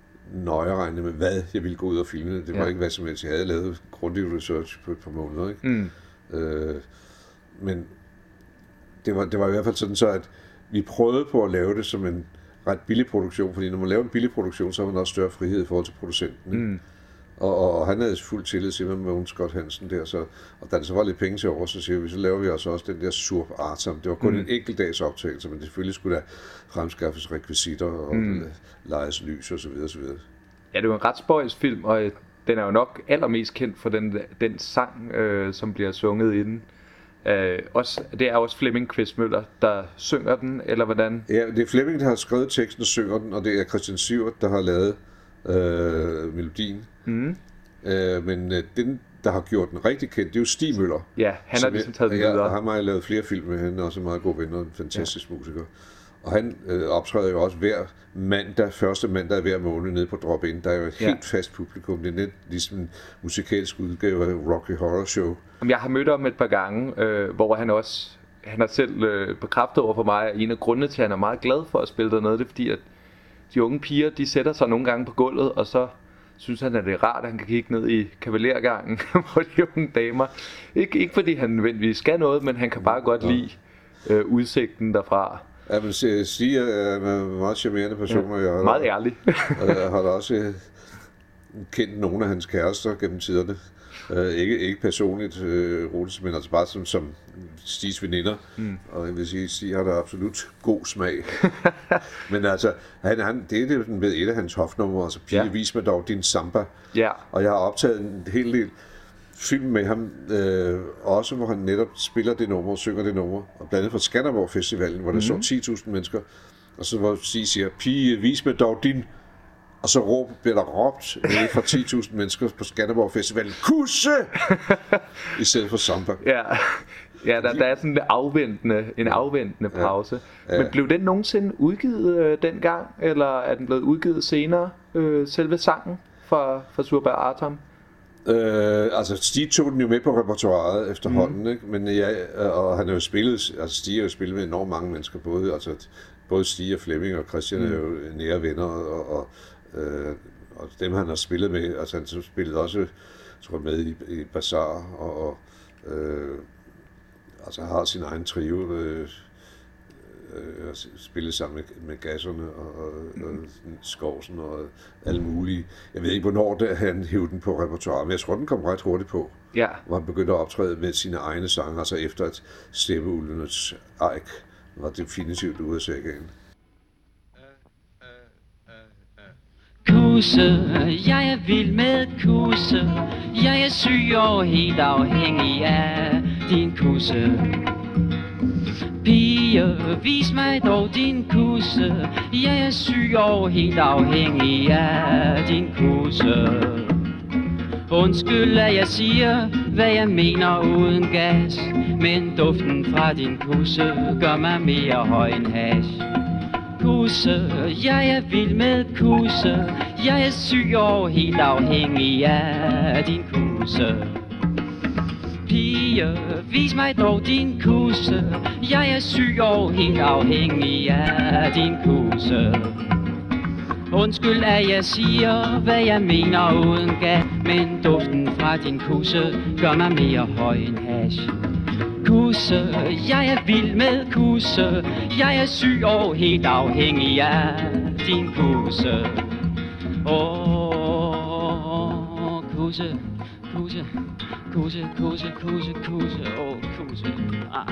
Speaker 4: nøje regnet med, hvad jeg ville gå ud og filme. Det var ja. ikke hvad som helst. Jeg havde lavet grundig research på et par måneder, ikke? Mm. Øh, men det var, det var i hvert fald sådan så, at vi prøvede på at lave det som en ret billig produktion, fordi når man laver en billig produktion, så har man også større frihed i forhold til producenten, ikke? Mm. Og, og han havde fuld tillid til mig med Mogens Scott Hansen der, så, og da der så var lidt penge til over, så siger vi, så laver vi altså også den der Surp Artam. Det var kun mm. en enkelt dags optagelse, men selvfølgelig skulle der fremskaffes rekvisitter og mm. lejes lys og så videre, så videre.
Speaker 1: Ja, det var en ret spøjs film, og den er jo nok allermest kendt for den, den sang, øh, som bliver sunget i den. Øh, også, det er også Flemming Kvist Møller, der synger den, eller hvordan?
Speaker 4: Ja, det er Flemming, der har skrevet teksten og synger den, og det er Christian Sivert, der har lavet øh, melodien.
Speaker 1: Mm.
Speaker 4: Øh, men øh, den, der har gjort den rigtig kendt, det er jo Stig Møller.
Speaker 1: Ja, han har ligesom taget den videre.
Speaker 4: Og ham har jeg lavet flere film med, han er også en meget god ven og en fantastisk ja. musiker. Og han øh, optræder jo også hver mandag, første mandag hver måned nede på Drop-In. Der er jo et ja. helt fast publikum. Det er net ligesom en musikalsk udgave af Rocky Horror Show.
Speaker 1: Jeg har mødt ham et par gange, øh, hvor han også, han har selv øh, bekræftet over for mig, at en af grundene til, at han er meget glad for at spille dernede, det er fordi, at de unge piger, de sætter sig nogle gange på gulvet, og så synes han, at det er rart, at han kan kigge ned i kavalergangen, hvor de unge damer, ikke, ikke fordi han nødvendigvis skal noget, men han kan bare godt ja. lide øh, udsigten derfra.
Speaker 4: Ja, men Stig er en meget charmerende person.
Speaker 1: Ja, meget ærlig.
Speaker 4: Og jeg har da også kendt nogle af hans kærester gennem tiderne. Uh, ikke, ikke personligt, uh, Rodes, men altså bare som, som Stigs veninder. Mm. Og jeg vil sige, Stig har da absolut god smag. Men altså, han, han, det er det med et af hans hofnumre, altså Pige, ja. vis mig dog din samba.
Speaker 1: Ja.
Speaker 4: Og jeg har optaget en hel del film med ham, øh, også hvor han netop spiller det nummer og synger det nummer. Og blandt andet fra Skanderborg Festivalen, hvor der mm-hmm. så ti tusind mennesker. Og så hvor Stig siger, Pige, vis mig dog din. Og så råb, bliver der råbt nede fra ti tusind mennesker på Skanderborg Festivalen, kusse! I stedet for samba.
Speaker 1: Ja, ja der, der er sådan en afventende, en afventende pause. Ja. Ja. Men blev den nogensinde udgivet øh, dengang, eller er den blevet udgivet senere, øh, selve sangen fra, fra Surberg Artam?
Speaker 4: Øh, altså Stig tog den jo med på repertoireet efterhånden, mm. ikke? Men ja, og han har jo spillet, altså Stig har jo spillet med enormt mange mennesker, både, altså, både Stig og Flemming og Christian mm. er jo nære venner, og, og Øh, og dem han har spillet med, altså han spillede også, tror jeg, med i, i Bazaar, og, og øh, altså har sin egen trio, øh, øh, spillet sammen med, med Gasserne og, og, og Skovsen og alle mulige. Jeg ved ikke, hvornår det, han hævde den på repertoire, men jeg tror, den kom ret hurtigt på.
Speaker 1: Ja.
Speaker 4: Hvor han begyndte at optræde med sine egne sange, altså efter at Steppeulvenes Eik var definitivt ude af sækken.
Speaker 17: Kusse, jeg er vild med kusse. Jeg er syg og helt afhængig af din kusse. Pige, vis mig dog din kusse. Jeg er syg og helt afhængig af din kusse. Undskyld, at jeg siger, hvad jeg mener uden gas, men duften fra din kusse gør mig mere høj end hash. Kusse, jeg er vild med kusse. Jeg er syg og helt afhængig af din kusse. Pige, vis mig dog din kusse. Jeg er syg og helt afhængig af din kusse. Undskyld, at jeg siger, hvad jeg mener uden gas, men duften fra din kusse gør mig mere høj end hash. Kusse, jeg er vild med kusse. Jeg er syg og helt afhængig af din kusse. Åh, oh, kusse, kusse, kusse, kusse, kusse, kusse, åh, oh, kusse. Ah.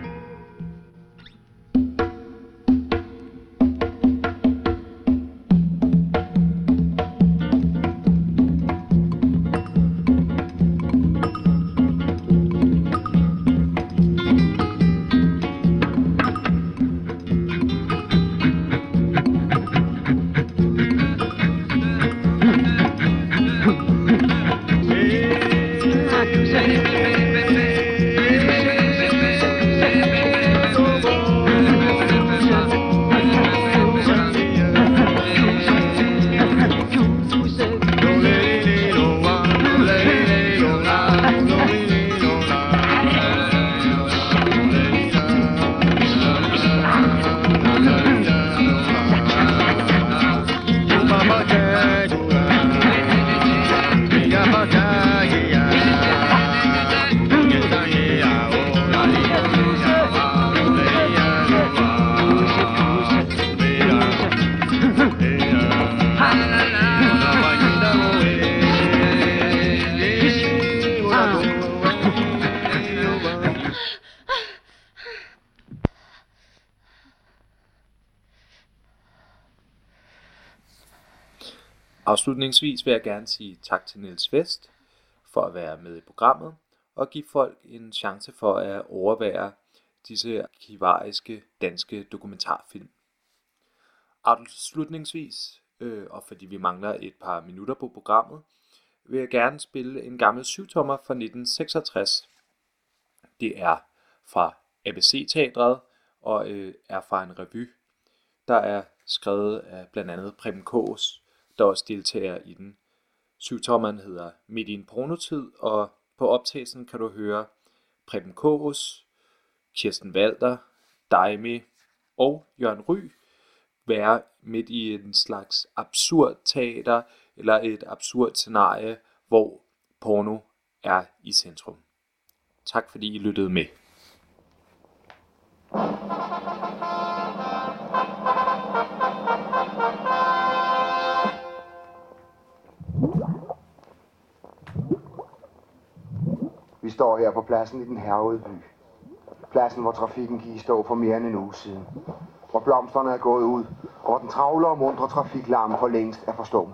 Speaker 1: Afslutningsvis vil jeg gerne sige tak til Niels Vest for at være med i programmet og give folk en chance for at overvære disse arkivariske danske dokumentarfilm. Afslutningsvis øh, og fordi vi mangler et par minutter på programmet, vil jeg gerne spille en gammel syvtommer fra nitten seksogtres. Det er fra A B C-teatret og øh, er fra en revy, der er skrevet af blandt andet Preben Kaas, der også deltager i den. Syvtommeren hedder Midt i en pornotid, og på optagelsen kan du høre Preben Kaas, Kirsten Walther, Daimi og Jørgen Ryg være midt i en slags absurd teater eller et absurd scenarie, hvor porno er i centrum. Tak fordi I lyttede med.
Speaker 18: Vi står her på pladsen i den hærgede by. Pladsen, hvor trafikken gik i stå for mere end en uge siden. Hvor blomsterne er gået ud, og hvor den travle og mundre trafiklarm for længst er forstummet.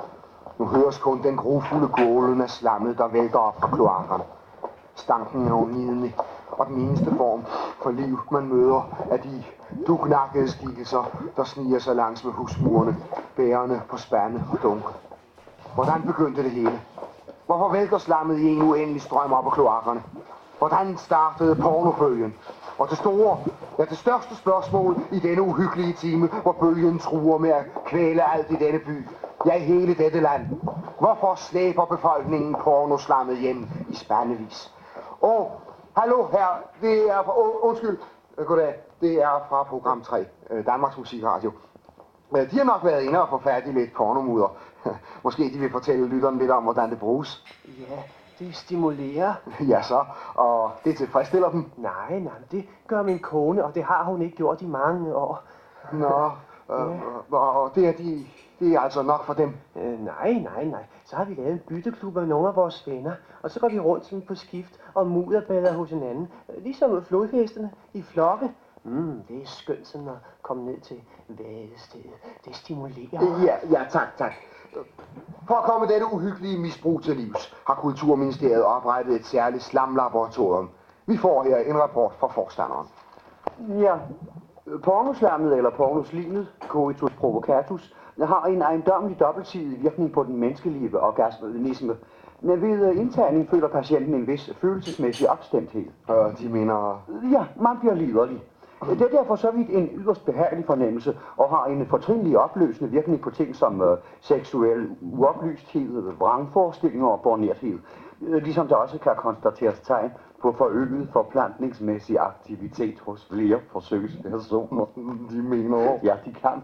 Speaker 18: Nu høres kun den grufulde gålen af slammet, der vælter op fra kloakkerne. Stanken er undnidende, og den eneste form for liv, man møder, er de dugnakkede skikkelser, der sniger sig langs med husmurene, bærende på spande og dunke. Hvordan begyndte det hele? Hvorfor vælter slammet i en uendelig strøm op af kloakkerne? Hvordan startede pornobølgen? Og det store, ja det største spørgsmål i denne uhyggelige time, hvor bølgen truer med at kvæle alt i denne by, ja i hele dette land. Hvorfor slæber befolkningen pornoslammet hjem i spandevis? Åh, hallo her, det er fra, oh, undskyld, goddag, det er fra program tre, Danmarks Musikradio. De har nok været inde og få fat i lidt pornomudder. Måske de vil fortælle lytterne lidt om, hvordan det bruges.
Speaker 19: Ja, det stimulerer.
Speaker 18: Ja så, og det tilfredsstiller dem.
Speaker 19: Nej, nej, det gør min kone, og det har hun ikke gjort i mange år.
Speaker 18: Nå, øh, ja. Og det er, de, det er altså nok for dem?
Speaker 19: Øh, nej, nej, nej. Så har vi lavet en bytteklub af nogle af vores venner, og så går vi rundt sådan på skift og mudderbader hos hinanden. Ligesom flodhestene i flokke. Mm, det er skønt sådan at komme ned til vadestedet. Det stimulerer.
Speaker 18: Ja, ja, tak, tak. For at komme dette uhyggelige misbrug til livs, har Kulturministeriet oprettet et særligt slamlaboratorium. Vi får her en rapport fra forstanderen.
Speaker 19: Ja, pornoslammet eller pornoslimet, coitus provocatus, har en ejendommelig dobbeltsidig virkning på den menneskelige orgasmisme. Men ved indtagning føler patienten en vis følelsesmæssig opstemthed.
Speaker 18: Og de mener...
Speaker 19: Ja, man bliver liderlig. Det er derfor så vidt en yderst behagelig fornemmelse og har en fortrinlig opløsende virkning på ting som uh, seksuel uoplysthed, vrangforestillinger og bornerthed. Ligesom der også kan konstateres tegn på forøget forplantningsmæssig aktivitet hos flere forsøgspersoner.
Speaker 18: De mener...
Speaker 19: Ja, de kan.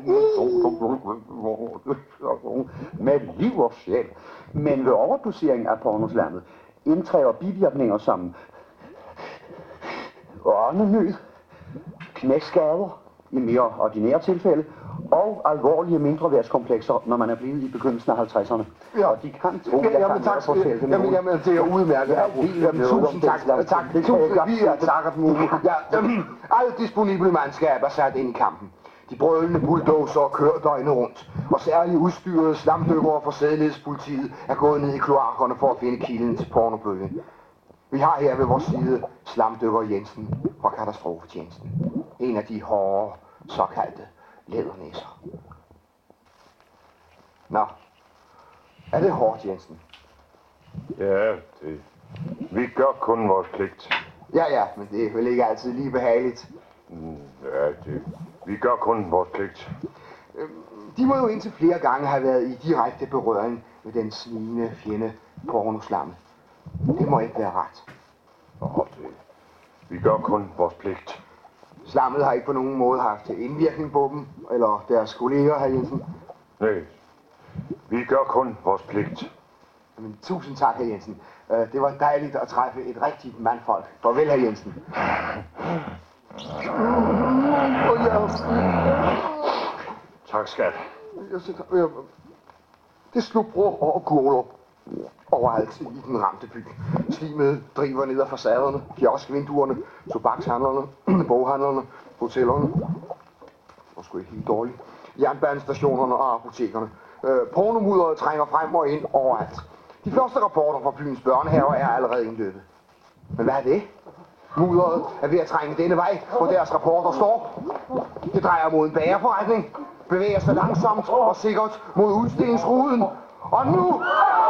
Speaker 19: Med liv og sjæl. Men ved overdosering af pornoslammet indtræder bivirkninger som åndenød, knæskader i mere ordinære tilfælde, og alvorlige mindreværdskomplekser, når man er blevet i begyndelsen af halvtredserne.
Speaker 18: Ja.
Speaker 19: Og de kan tro,
Speaker 18: ja, jamen, tak, jamen, jamen, jamen, det er udmærket. Ja, jamen, tusind tak. tak. Tusind, vi er takker dem. Ja, jamen, alle disponible mandskab er sat ind i kampen. De brølende bulldozer kører døgnet rundt, og særligt udstyrede slamdykkere fra sædelighedspolitiet er gået ned i kloakkerne for at finde kilden til pornobølgen. Vi har her ved vores side slamdykker Jensen fra katastrofetjenesten. En af de hårde, såkaldte lædernæsser. Nå, er det hårdt, Jensen?
Speaker 20: Ja, det... vi gør kun vores pligt.
Speaker 18: Ja, ja, men det er vel ikke altid lige behageligt.
Speaker 20: Mm, ja, det... vi gør kun vores pligt.
Speaker 18: De må jo indtil flere gange have været i direkte berøring med den snigende fjende pornoslammet. Det må ikke være ret.
Speaker 20: Åh, det... vi gør kun vores pligt.
Speaker 18: Slammet har ikke på nogen måde haft indvirkning på dem, eller deres kolleger, hr. Jensen?
Speaker 20: Nej, vi gør kun vores pligt.
Speaker 18: Jamen, tusind tak, hr. Jensen. Det var dejligt at træffe et rigtigt mandfolk. Farvel, hr. Jensen.
Speaker 20: Tak, skat.
Speaker 18: Det slubrer og guler overalt i den ramte by. Slimet driver ned ad facaderne, kioskvinduerne, tobakshandlerne, boghandlerne, hotellerne. Det var sgu ikke helt dårligt. Jernbanestationerne og apotekerne. Øh, pornomudderet trænger frem og ind overalt. De første rapporter fra byens børnehaver er allerede indløbet. Men hvad er det? Mudderet er ved at trænge denne vej, hvor deres rapporter står. Det drejer mod en bagerforretning. bevæger sig langsomt og sikkert mod udstillingsruden. Og nu...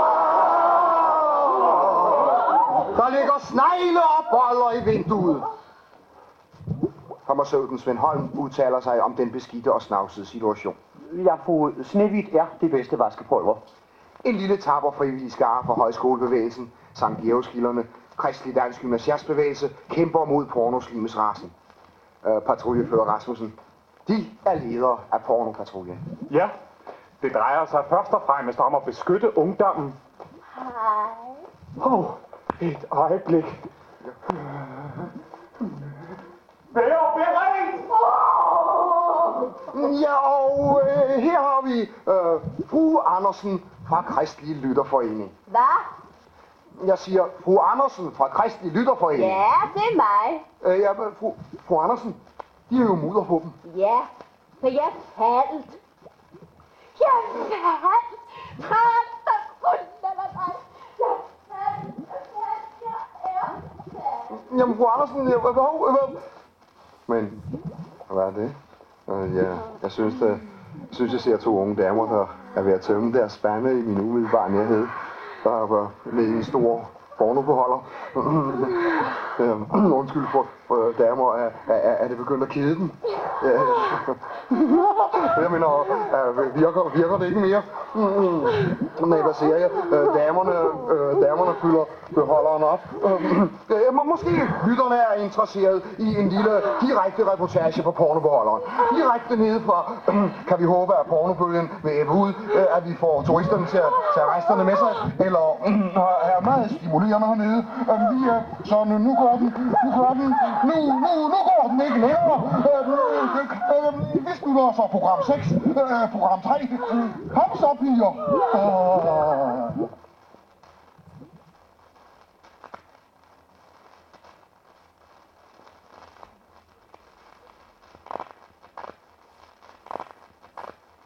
Speaker 18: Der ligger snegle og boller i vinduet. Hammersøvden Svend Holm udtaler sig om den beskidte og snavsede situation.
Speaker 19: Ja, fru Snehvit er det bedste vaskepulver.
Speaker 18: En lille tapper frivillig skare for højskolebevægelsen, Sankt Georgskilderne, Kristelig Dansk Gymnasiastbevægelse kæmper mod pornoslimesrasen. Øh, patruljefører Rasmussen. De er ledere af pornopatruljen.
Speaker 21: Ja, det drejer sig først og fremmest om at beskytte ungdommen.
Speaker 22: Hej.
Speaker 21: Åh, oh, et øjeblik. Vær beredt!
Speaker 18: Ja, og øh, her har vi øh, fru Andersen fra Kristelig Lytterforening.
Speaker 22: Hvad?
Speaker 18: Jeg siger fru Andersen fra Kristelig Lytterforening.
Speaker 22: Ja, det er mig.
Speaker 18: Øh, ja, fru, fru Andersen, de er jo mudder på dem.
Speaker 22: Ja, for jeg faldt. Jeg faldt. Træt, der kun eller dig. Jeg faldt, jeg faldt, jeg er faldt.
Speaker 18: Jamen, fru Andersen, jeg, hvad, hvad, men, hvad er det? Øh, ja, jeg synes, det, jeg synes, jeg ser to unge damer, der er ved at tømme deres spande i min umiddelbare nærhed. Der er med en stor pornobeholder. øh, undskyld for, for damer, er, er, er det begyndt at kede dem? Ja, jeg mener, øh, virker, virker det ikke mere? Nej, hvad siger jeg? Øh, damerne, øh, damerne fylder beholderen op. Øh, må, måske lytterne er interesseret i en lille direkte reportage på pornobeholderen. Direkte nede fra, øh, kan vi håbe, at pornobølgen vil æbbe ud, øh, at vi får turisterne til at tage resterne med sig, eller øh, er meget stimulerende hernede. Øh, vi, øh, så nu, nu går den, nu går den, nu, nu, nu går den ikke længere. Øh, øh, øh, vi slutter så program seks, øh, program tre. Kom så, piger. Øh.